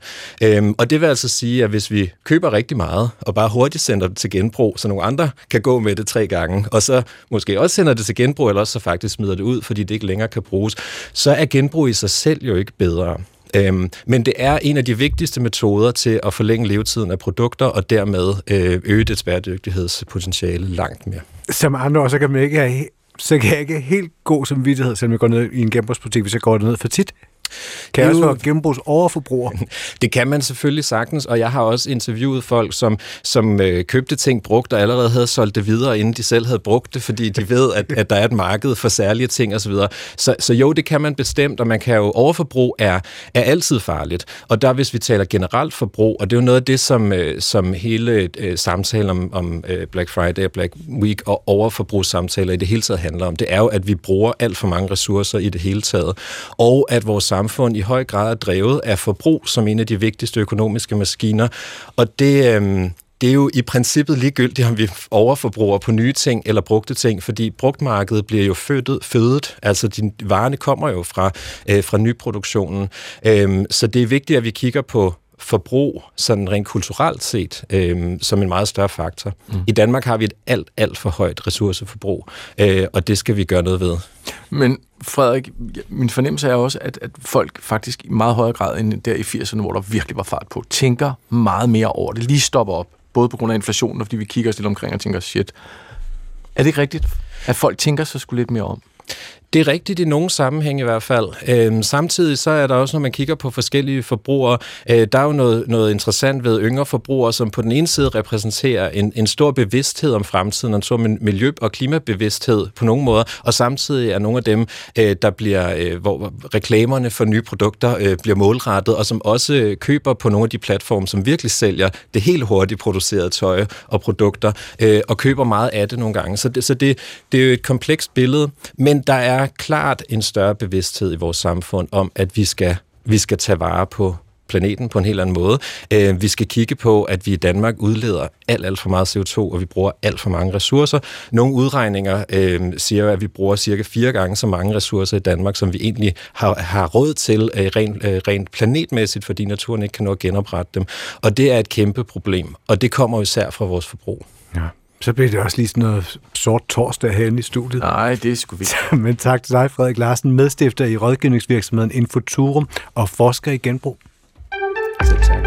Og det vil altså sige, at hvis vi køber rigtig meget, og bare hurtigt sender det til genbrug, så nogle andre kan gå med det 3 gange, og så måske også sender det til genbrug, eller også så faktisk smider det ud, fordi det ikke længere kan bruges, så er genbrug i sig selv jo ikke bedre. Men det er en af de vigtigste metoder til at forlænge levetiden af produkter, og dermed øge dets bæredygtighedspotentiale langt mere. Som andre år, så kan jeg ikke helt god samvittighed, selvom jeg går ned i en genbrugsbutik, hvis jeg går ned for tit. Kan jeg også være genbrugsoverforbruger? Det kan man selvfølgelig sagtens, og jeg har også interviewet folk, som købte ting brugt og allerede havde solgt det videre, inden de selv havde brugt det, fordi de ved, at der er et marked for særlige ting osv. Så jo, det kan man bestemt, og man kan jo overforbrug er altid farligt. Og der, hvis vi taler generelt forbrug, og det er jo noget af det, som hele samtalen om Black Friday og Black Week og overforbrugssamtaler i det hele taget handler om, det er jo, at vi bruger alt for mange ressourcer i det hele taget, og at vores samfund i høj grad er drevet af forbrug som en af de vigtigste økonomiske maskiner. Og det er jo i princippet ligegyldigt, om vi overforbruger på nye ting eller brugte ting, fordi brugtmarkedet bliver jo fødet. Altså, varerne kommer jo fra nyproduktionen. Så det er vigtigt, at vi kigger på forbrug, sådan rent kulturelt set, som en meget større faktor. I Danmark har vi et alt for højt ressourceforbrug, og det skal vi gøre noget ved. Men Frederik, min fornemmelse er også, at folk faktisk i meget højere grad end der i 80'erne, hvor der virkelig var fart på, tænker meget mere over det. Lige stopper op, både på grund af inflationen, og fordi vi kigger os lidt omkring og tænker, shit. Er det ikke rigtigt, at folk tænker sig sgu lidt mere om? Det er rigtigt i nogle sammenhæng i hvert fald. Samtidig så er der også, når man kigger på forskellige forbrugere, der er jo noget interessant ved yngre forbrugere, som på den ene side repræsenterer en stor bevidsthed om fremtiden, en stor miljø- og klimabevidsthed på nogle måder, og samtidig er nogle af dem, der bliver, hvor reklamerne for nye produkter bliver målrettet, og som også køber på nogle af de platforme, som virkelig sælger det helt hurtigt producerede tøj og produkter, og køber meget af det nogle gange. Så det er jo et komplekst billede, men der er klart en større bevidsthed i vores samfund om, at vi skal tage vare på planeten på en helt anden måde. Vi skal kigge på, at vi i Danmark udleder alt for meget CO2, og vi bruger alt for mange ressourcer. Nogle udregninger siger, at vi bruger cirka 4 gange så mange ressourcer i Danmark, som vi egentlig har råd til rent planetmæssigt, fordi naturen ikke kan nå at genoprette dem. Og det er et kæmpe problem, og det kommer især fra vores forbrug. Ja. Så bliver det også lige sådan noget sort torsdag herinde i studiet. Nej, det skulle vi. Men tak til dig, Frederik Larsen, medstifter i rådgivningsvirksomheden Infoturum og forsker i genbrug. Selv tak.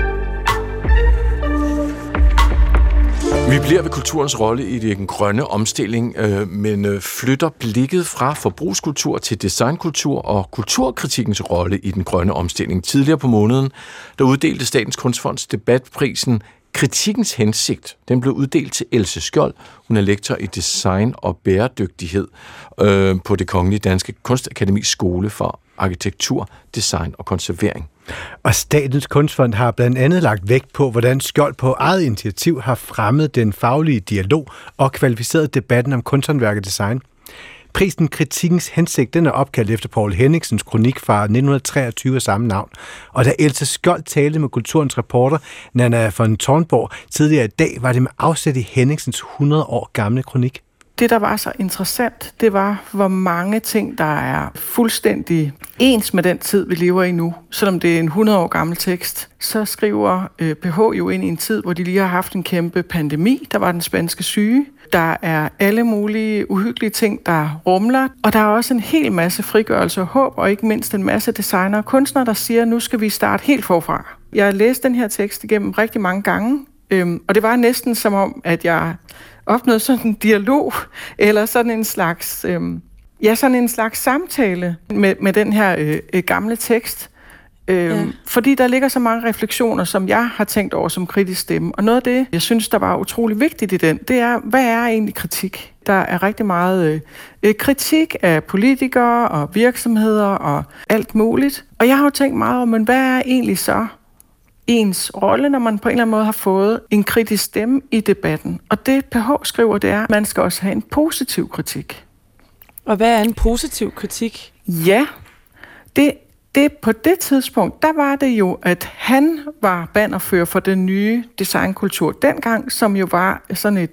Vi bliver ved kulturens rolle i den grønne omstilling, men flytter blikket fra forbrugskultur til designkultur og kulturkritikkens rolle i den grønne omstilling. Tidligere på måneden, der uddelte Statens Kunstfonds debatprisen Kritikkens hensigt. Den blev uddelt til Else Skjold. Hun er lektor i design og bæredygtighed på Det Kongelige Danske Kunstakademis Skole for Arkitektur, Design og Konservering. Og Statens Kunstfond har blandt andet lagt vægt på, hvordan Skjold på eget initiativ har fremmet den faglige dialog og kvalificeret debatten om kunsthåndværk og design. Prisen Kritikkens hensigt, den er opkaldt efter Poul Henningsens kronik fra 1923 af samme navn. Og da Else Skjold talte med kulturens reporter Nanna von Tornborg tidligere i dag, var det med afsæt i Henningsens 100 år gamle kronik. Det, der var så interessant, det var, hvor mange ting, der er fuldstændig ens med den tid, vi lever i nu. Selvom det er en 100 år gammel tekst, så skriver PH jo ind i en tid, hvor de lige har haft en kæmpe pandemi. Der var den spanske syge. Der er alle mulige uhyggelige ting, der rumler. Og der er også en hel masse frigørelse og håb, og ikke mindst en masse designer og kunstnere, der siger, nu skal vi starte helt forfra. Jeg har læst den her tekst igennem rigtig mange gange, og det var næsten som om, at jeg opnåede sådan en dialog, eller sådan en slags, sådan en slags samtale med den her gamle tekst. Fordi der ligger så mange refleksioner, som jeg har tænkt over som kritisk stemme. Og noget af det, jeg synes, der var utrolig vigtigt i den, det er, hvad er egentlig kritik? Der er rigtig meget kritik af politikere og virksomheder og alt muligt. Og jeg har jo tænkt meget over, men hvad er egentlig så ens rolle, når man på en eller anden måde har fået en kritisk stemme i debatten? Og det PH skriver, det er, at man skal også have en positiv kritik. Og hvad er en positiv kritik? Ja, det på det tidspunkt, der var det jo, at han var bannerfører for den nye designkultur dengang, som jo var sådan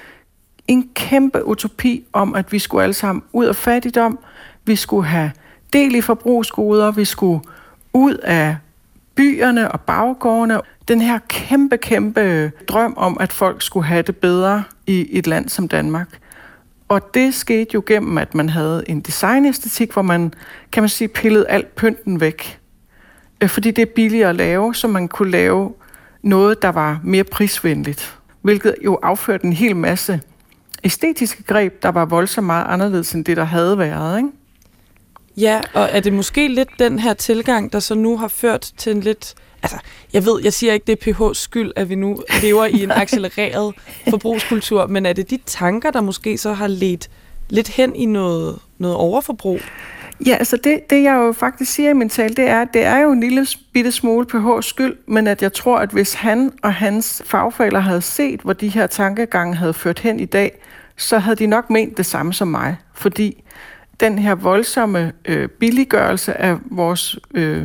en kæmpe utopi om, at vi skulle alle sammen ud af fattigdom, vi skulle have del i forbrugsgoder, vi skulle ud af byerne og baggårdene. Den her kæmpe drøm om, at folk skulle have det bedre i et land som Danmark. Og det skete jo gennem, at man havde en designæstetik, hvor man, kan man sige, pillede alt pynten væk. Fordi det er billigere at lave, så man kunne lave noget, der var mere prisvenligt. Hvilket jo afførte en hel masse æstetiske greb, der var voldsomt meget anderledes end det, der havde været, ikke? Ja, og er det måske lidt den her tilgang, der så nu har ført til en lidt... Altså, jeg siger ikke, det er PH's skyld, at vi nu lever i en accelereret forbrugskultur, men er det de tanker, der måske så har ledt lidt hen i noget overforbrug? Ja, altså det jeg jo faktisk siger i min tale, det er jo en lille bitte smule PH's skyld, men at jeg tror, at hvis han og hans fagfæller havde set, hvor de her tankegange havde ført hen i dag, så havde de nok ment det samme som mig, fordi den her voldsomme billiggørelse af vores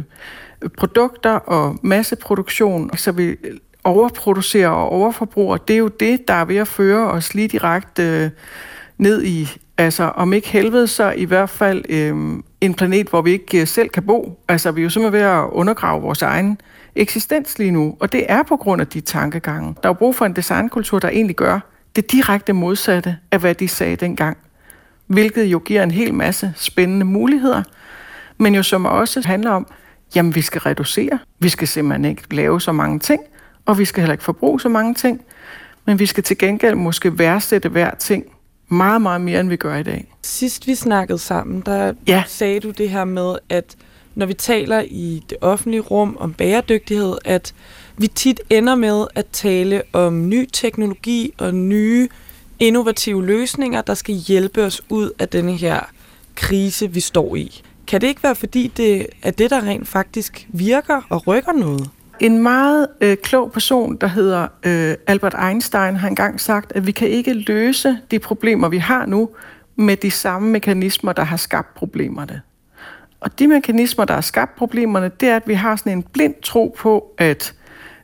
produkter og masseproduktion, så vi overproducerer og overforbruger, det er jo det, der er ved at føre os lige direkte ned i, altså om ikke helvede, så i hvert fald en planet, hvor vi ikke selv kan bo. Altså vi er jo simpelthen ved at undergrave vores egen eksistens lige nu, og det er på grund af de tankegange. Der er jo brug for en designkultur, der egentlig gør det direkte modsatte af, hvad de sagde dengang, hvilket jo giver en hel masse spændende muligheder, men jo som også handler om, jamen vi skal reducere, vi skal simpelthen ikke lave så mange ting, og vi skal heller ikke forbruge så mange ting, men vi skal til gengæld måske værdsætte hver ting meget, meget mere, end vi gør i dag. Sidst vi snakkede sammen, der sagde du det her med, at når vi taler i det offentlige rum om bæredygtighed, at vi tit ender med at tale om ny teknologi og nye innovative løsninger, der skal hjælpe os ud af denne her krise, vi står i. Kan det ikke være, fordi det er det, der rent faktisk virker og rykker noget? En meget klog person, der hedder Albert Einstein, har engang sagt, at vi kan ikke løse de problemer, vi har nu, med de samme mekanismer, der har skabt problemerne. Og de mekanismer, der har skabt problemerne, det er, at vi har sådan en blind tro på, at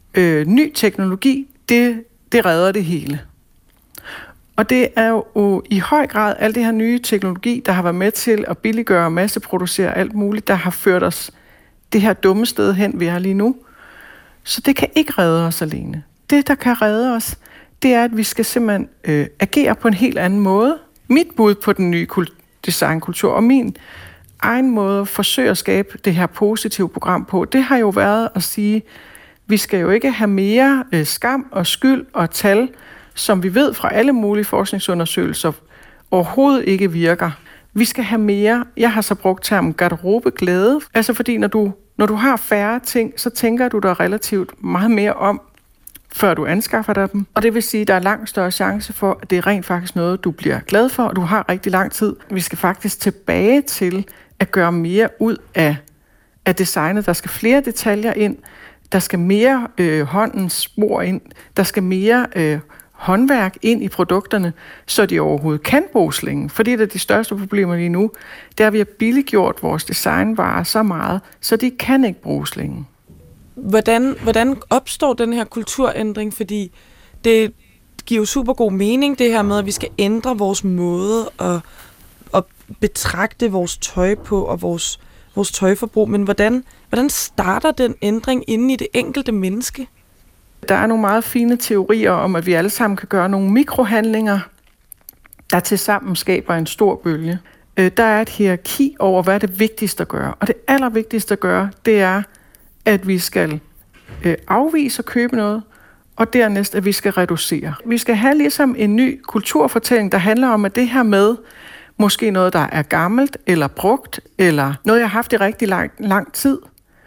ny teknologi, det redder det hele. Og det er jo i høj grad al det her nye teknologi, der har været med til at billiggøre og masseproducere alt muligt, der har ført os det her dumme sted hen, vi er lige nu. Så det kan ikke redde os alene. Det, der kan redde os, det er, at vi skal simpelthen agere på en helt anden måde. Mit bud på den nye designkultur og min egen måde at forsøge at skabe det her positive program på, det har jo været at sige, vi skal jo ikke have mere skam og skyld og tal, som vi ved fra alle mulige forskningsundersøgelser overhovedet ikke virker. Vi skal have mere. Jeg har så brugt termen garderobeglæde. Altså fordi når du har færre ting, så tænker du dig relativt meget mere om, før du anskaffer dig dem. Og det vil sige, at der er langt større chance for, at det er rent faktisk noget, du bliver glad for, og du har rigtig lang tid. Vi skal faktisk tilbage til at gøre mere ud af designet. Der skal flere detaljer ind. Der skal mere håndens spor ind. Der skal mere håndværk ind i produkterne, så de overhovedet kan bruges længe. Fordi det er de største problemer lige nu, det er, at vi har billiggjort vores designvarer så meget, så de kan ikke bruges længe. Hvordan opstår den her kulturændring? Fordi det giver jo super god mening, det her med, at vi skal ændre vores måde at betragte vores tøj på og vores tøjforbrug. Men hvordan starter den ændring inde i det enkelte menneske? Der er nogle meget fine teorier om, at vi alle sammen kan gøre nogle mikrohandlinger, der tilsammen skaber en stor bølge. Der er et hierarki over, hvad er det vigtigste at gøre. Og det allervigtigste at gøre, det er, at vi skal afvise at købe noget, og dernæst, at vi skal reducere. Vi skal have ligesom en ny kulturfortælling, der handler om, at det her med måske noget, der er gammelt eller brugt, eller noget, jeg har haft i rigtig lang tid,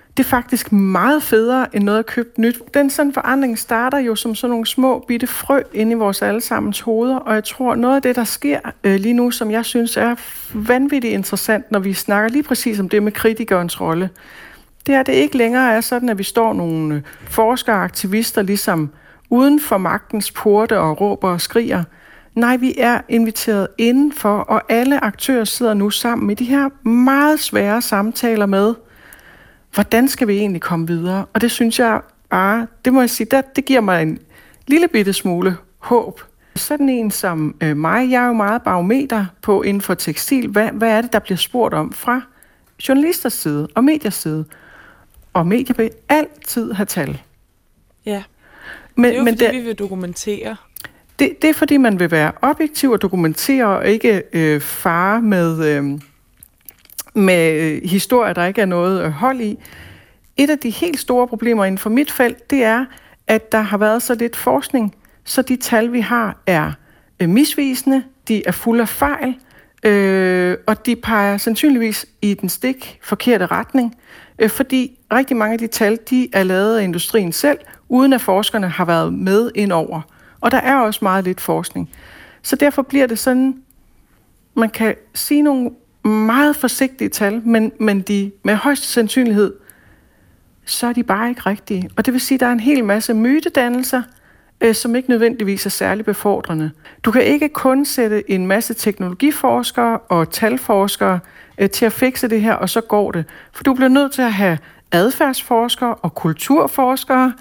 det er faktisk meget federe end noget købt nyt. Den sådan forandring starter jo som sådan nogle små bitte frø inde i vores allesammens hoveder, og jeg tror, noget af det, der sker lige nu, som jeg synes er vanvittigt interessant, når vi snakker lige præcis om det med kritikernes rolle, det er, at det ikke længere er sådan, at vi står nogle forskere og aktivister ligesom uden for magtens porte og råber og skriger. Nej, vi er inviteret indenfor, og alle aktører sidder nu sammen i de her meget svære samtaler med, hvordan skal vi egentlig komme videre? Og det synes jeg bare, det må jeg sige, det giver mig en lille bitte smule håb. Sådan en som mig, jeg er jo meget barometer på inden for tekstil. Hvad er det, der bliver spurgt om fra journalisters side og mediers side? Og medier vil altid have tal. Ja, det er jo fordi, vi vil dokumentere. Det er fordi, man vil være objektiv og dokumentere, og ikke fare med historier, der ikke er noget hold i. Et af de helt store problemer inden for mit felt, det er, at der har været så lidt forskning, så de tal, vi har, er misvisende, de er fulde af fejl, og de peger sandsynligvis i den stik forkerte retning, fordi rigtig mange af de tal, de er lavet af industrien selv, uden at forskerne har været med indover. Og der er også meget lidt forskning. Så derfor bliver det sådan, man kan sige nogle meget forsigtige tal, men de med højst sandsynlighed, så er de bare ikke rigtige. Og det vil sige, at der er en hel masse mytedannelser, som ikke nødvendigvis er særlig befordrende. Du kan ikke kun sætte en masse teknologiforskere og talforskere til at fikse det her, og så går det. For du bliver nødt til at have adfærdsforskere og kulturforskere,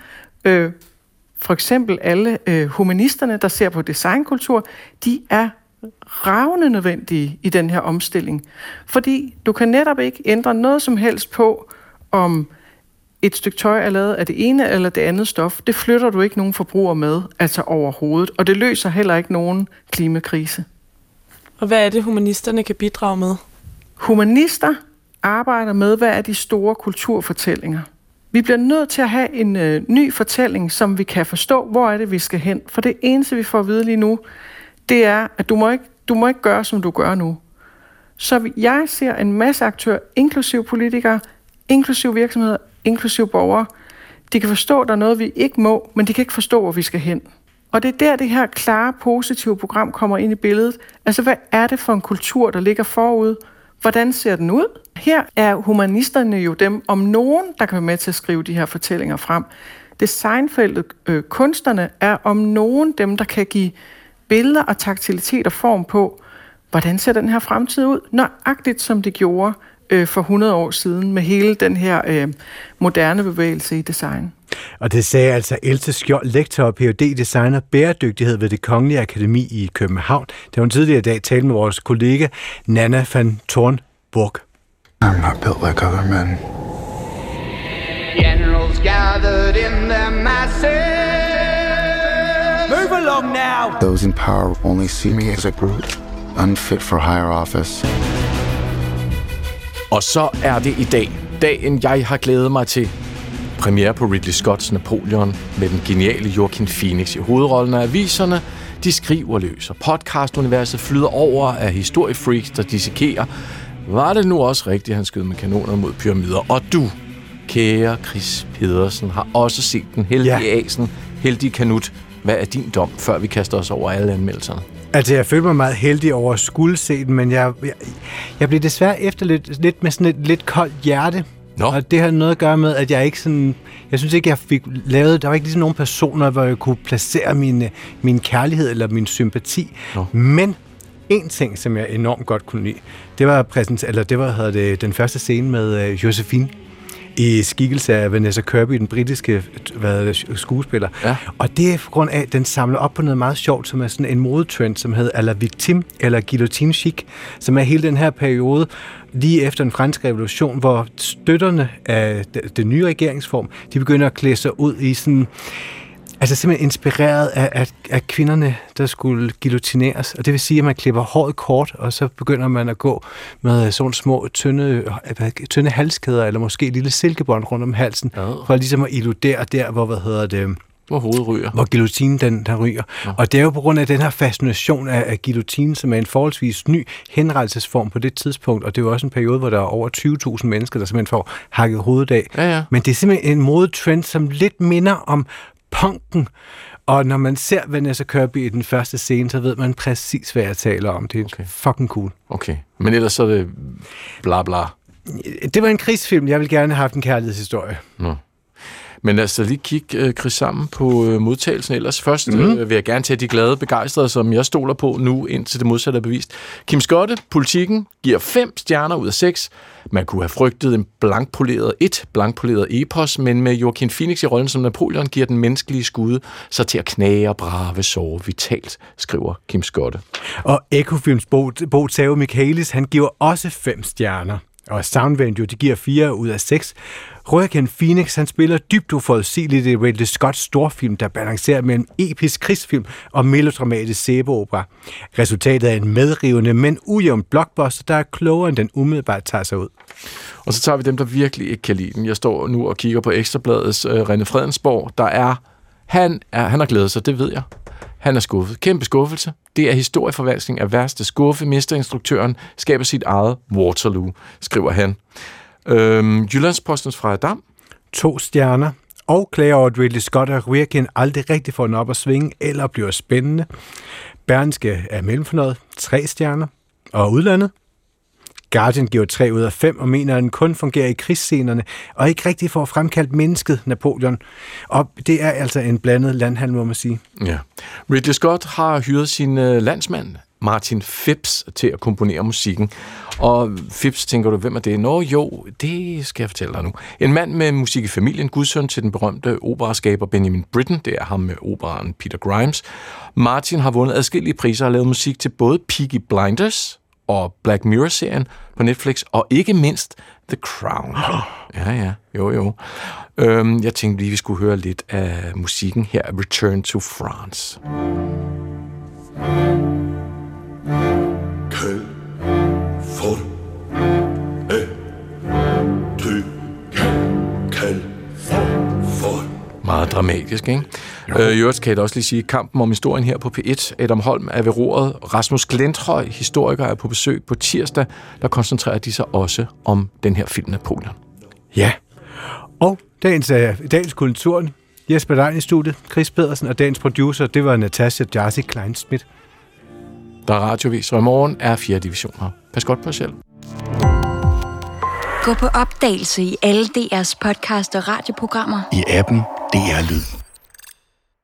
for eksempel alle humanisterne, der ser på designkultur, de er ravende nødvendige i den her omstilling. Fordi du kan netop ikke ændre noget som helst på, om et stykke tøj er lavet af det ene eller det andet stof. Det flytter du ikke nogen forbruger med, altså overhovedet. Og det løser heller ikke nogen klimakrise. Og hvad er det, humanisterne kan bidrage med? Humanister arbejder med, hvad er de store kulturfortællinger. Vi bliver nødt til at have en ny fortælling, som vi kan forstå, hvor er det, vi skal hen. For det eneste, vi får at vide lige nu, det er, at du må ikke gøre, som du gør nu. Så jeg ser en masse aktører, inklusive politikere, inklusive virksomheder, inklusive borgere. De kan forstå, at der er noget, vi ikke må, men de kan ikke forstå, hvor vi skal hen. Og det er der, det her klare, positive program kommer ind i billedet. Altså, hvad er det for en kultur, der ligger forud? Hvordan ser den ud? Her er humanisterne jo dem om nogen, der kan være med til at skrive de her fortællinger frem. Designfeltet, kunstnerne, er om nogen dem, der kan give billeder og taktilitet og form på, hvordan ser den her fremtid ud? Nøjagtigt som det gjorde for 100 år siden med hele den her moderne bevægelse i design. Og det sagde altså Else Skjold, lektor og Ph.D. designer bæredygtighed ved Det Kongelige Akademi i København. Det var en tidligere i dag tale med vores kollega Nanna van Thornburg. I'm not built like other men. Generals gathered in their masses. Move along now. Those in power only see me as a brute, unfit for higher office. Og så er det i dag, dagen jeg har glædet mig til. Premiere på Ridley Scotts Napoleon med den geniale Joaquin Phoenix i hovedrollen af aviserne. De skriver løs, og podcastuniverset flyder over af historiefreaks, der dissekerer. Var det nu også rigtigt, han skød med kanoner mod pyramider? Og du, kære Chris Pedersen, har også set den heldige asen, heldige kanut. Hvad er din dom, før vi kaster os over alle anmeldelserne? Altså, jeg følte mig meget heldig over at skulle se den, men jeg blev desværre lidt med sådan et lidt koldt hjerte. Nå. Og det har noget at gøre med, at jeg ikke sådan... Jeg synes ikke, jeg fik lavet... Der var ikke ligesom nogen personer, hvor jeg kunne placere min kærlighed eller min sympati. Nå. Men en ting, som jeg enormt godt kunne lide, det var den første scene med Josephine i skikkelse af Vanessa Kirby, den britiske skuespiller. Ja. Og det er på grund af, at den samler op på noget meget sjovt, som er sådan en modetrend, som hedder à la victime, eller guillotine chic, som er hele den her periode, lige efter den franske revolution, hvor støtterne af den nye regeringsform, de begynder at klæde sig ud i sådan... Altså simpelthen inspireret af kvinderne, der skulle guillotineres. Og det vil sige, at man klipper håret kort, og så begynder man at gå med sådan små, tynde halskæder, eller måske et lille silkebånd rundt om halsen, for ligesom at illudere der, hvor, Hvor hovedet ryger. Hvor guillotinen den ryger. Ja. Og det er jo på grund af den her fascination af guillotinen, som er en forholdsvis ny henrettelsesform på det tidspunkt, og det er jo også en periode, hvor der er over 20.000 mennesker, der simpelthen får hakket hovedet af. Ja. Men det er simpelthen en modetrend, som lidt minder om punken. Og når man ser Vanessa Kirby i den første scene, så ved man præcis, hvad jeg taler om. Det er fucking cool. Okay, men ellers så er det bla bla. Det var en krigsfilm. Jeg ville gerne have haft en kærlighedshistorie. Nå. Men lad os da lige kigge, Chris, sammen på modtagelsen. Ellers først vil jeg gerne tage de glade begejstrede, som jeg stoler på nu, indtil det modsatte er bevist. Kim Skotte, Politikken, giver 5 stjerner ud af 6. Man kunne have frygtet et blankpoleret epos, men med Joaquin Phoenix i rollen som Napoleon giver den menneskelige skud sig til at knage og brave såre vitalt, skriver Kim Skotte. Og Ecofilms Bo Tao Michaelis, han giver også 5 stjerner. Og Soundvenue, de giver 4 ud af 6. Joaquin Phoenix, han spiller dybt uforudsigeligt i Ridley Scotts storfilm, der balancerer mellem episk krigsfilm og melodramatisk sæbeopera. Resultatet er en medrivende, men ujævn blockbuster, der er klogere, end den umiddelbart tager sig ud. Og så tager vi dem, der virkelig ikke kan lide den. Jeg står nu og kigger på Ekstrabladets René Fredensborg. Han har glædet sig, det ved jeg. Han er skuffet. Kæmpe skuffelse. Det er historieforvalsning af værste skuffe. Mesterinstruktøren skaber sit eget Waterloo, skriver han. Jyllandspostens Freja Dam. 2 stjerner. Og klager over, at Ridley Scott og Joaquin aldrig rigtig får den op at svinge, eller bliver spændende. Berlingske er mellemfornøjet. 3 stjerner. Og udlandet. Guardian giver 3 ud af 5 og mener, at den kun fungerer i krigsscenerne og ikke rigtig får fremkaldt mennesket Napoleon. Og det er altså en blandet landhandel, må man sige. Ja. Ridley Scott har hyret sin landsmand, Martin Phipps, til at komponere musikken. Og Phipps, tænker du, hvem er det? Nå jo, det skal jeg fortælle dig nu. En mand med musik i familien, gudsøn til den berømte operaskaber Benjamin Britten, det er ham med operaen Peter Grimes. Martin har vundet adskillige priser og lavet musik til både Peaky Blinders og Black Mirror-serien på Netflix, og ikke mindst The Crown. Ja, jo. Jeg tænkte lige, vi skulle høre lidt af musikken her, Return to France. Meget dramatisk, ikke? I øvrigt kan jeg også lige sige, kampen om historien her på P1. Adam Holm er ved roret. Rasmus Glenthøj, historiker, er på besøg på tirsdag. Der koncentrerer de sig også om den her film Napoleon. Ja, og dagens kulturen. Jesper Dein i studiet, Chris Pedersen, og dagens producer, det var Natasha Jarsi Klein-Schmidt. Der er radiovis, og i morgen er 4. division her. Pas godt på jer selv. Gå på opdagelse i alle DR's podcast og radioprogrammer. I appen DR Lyd.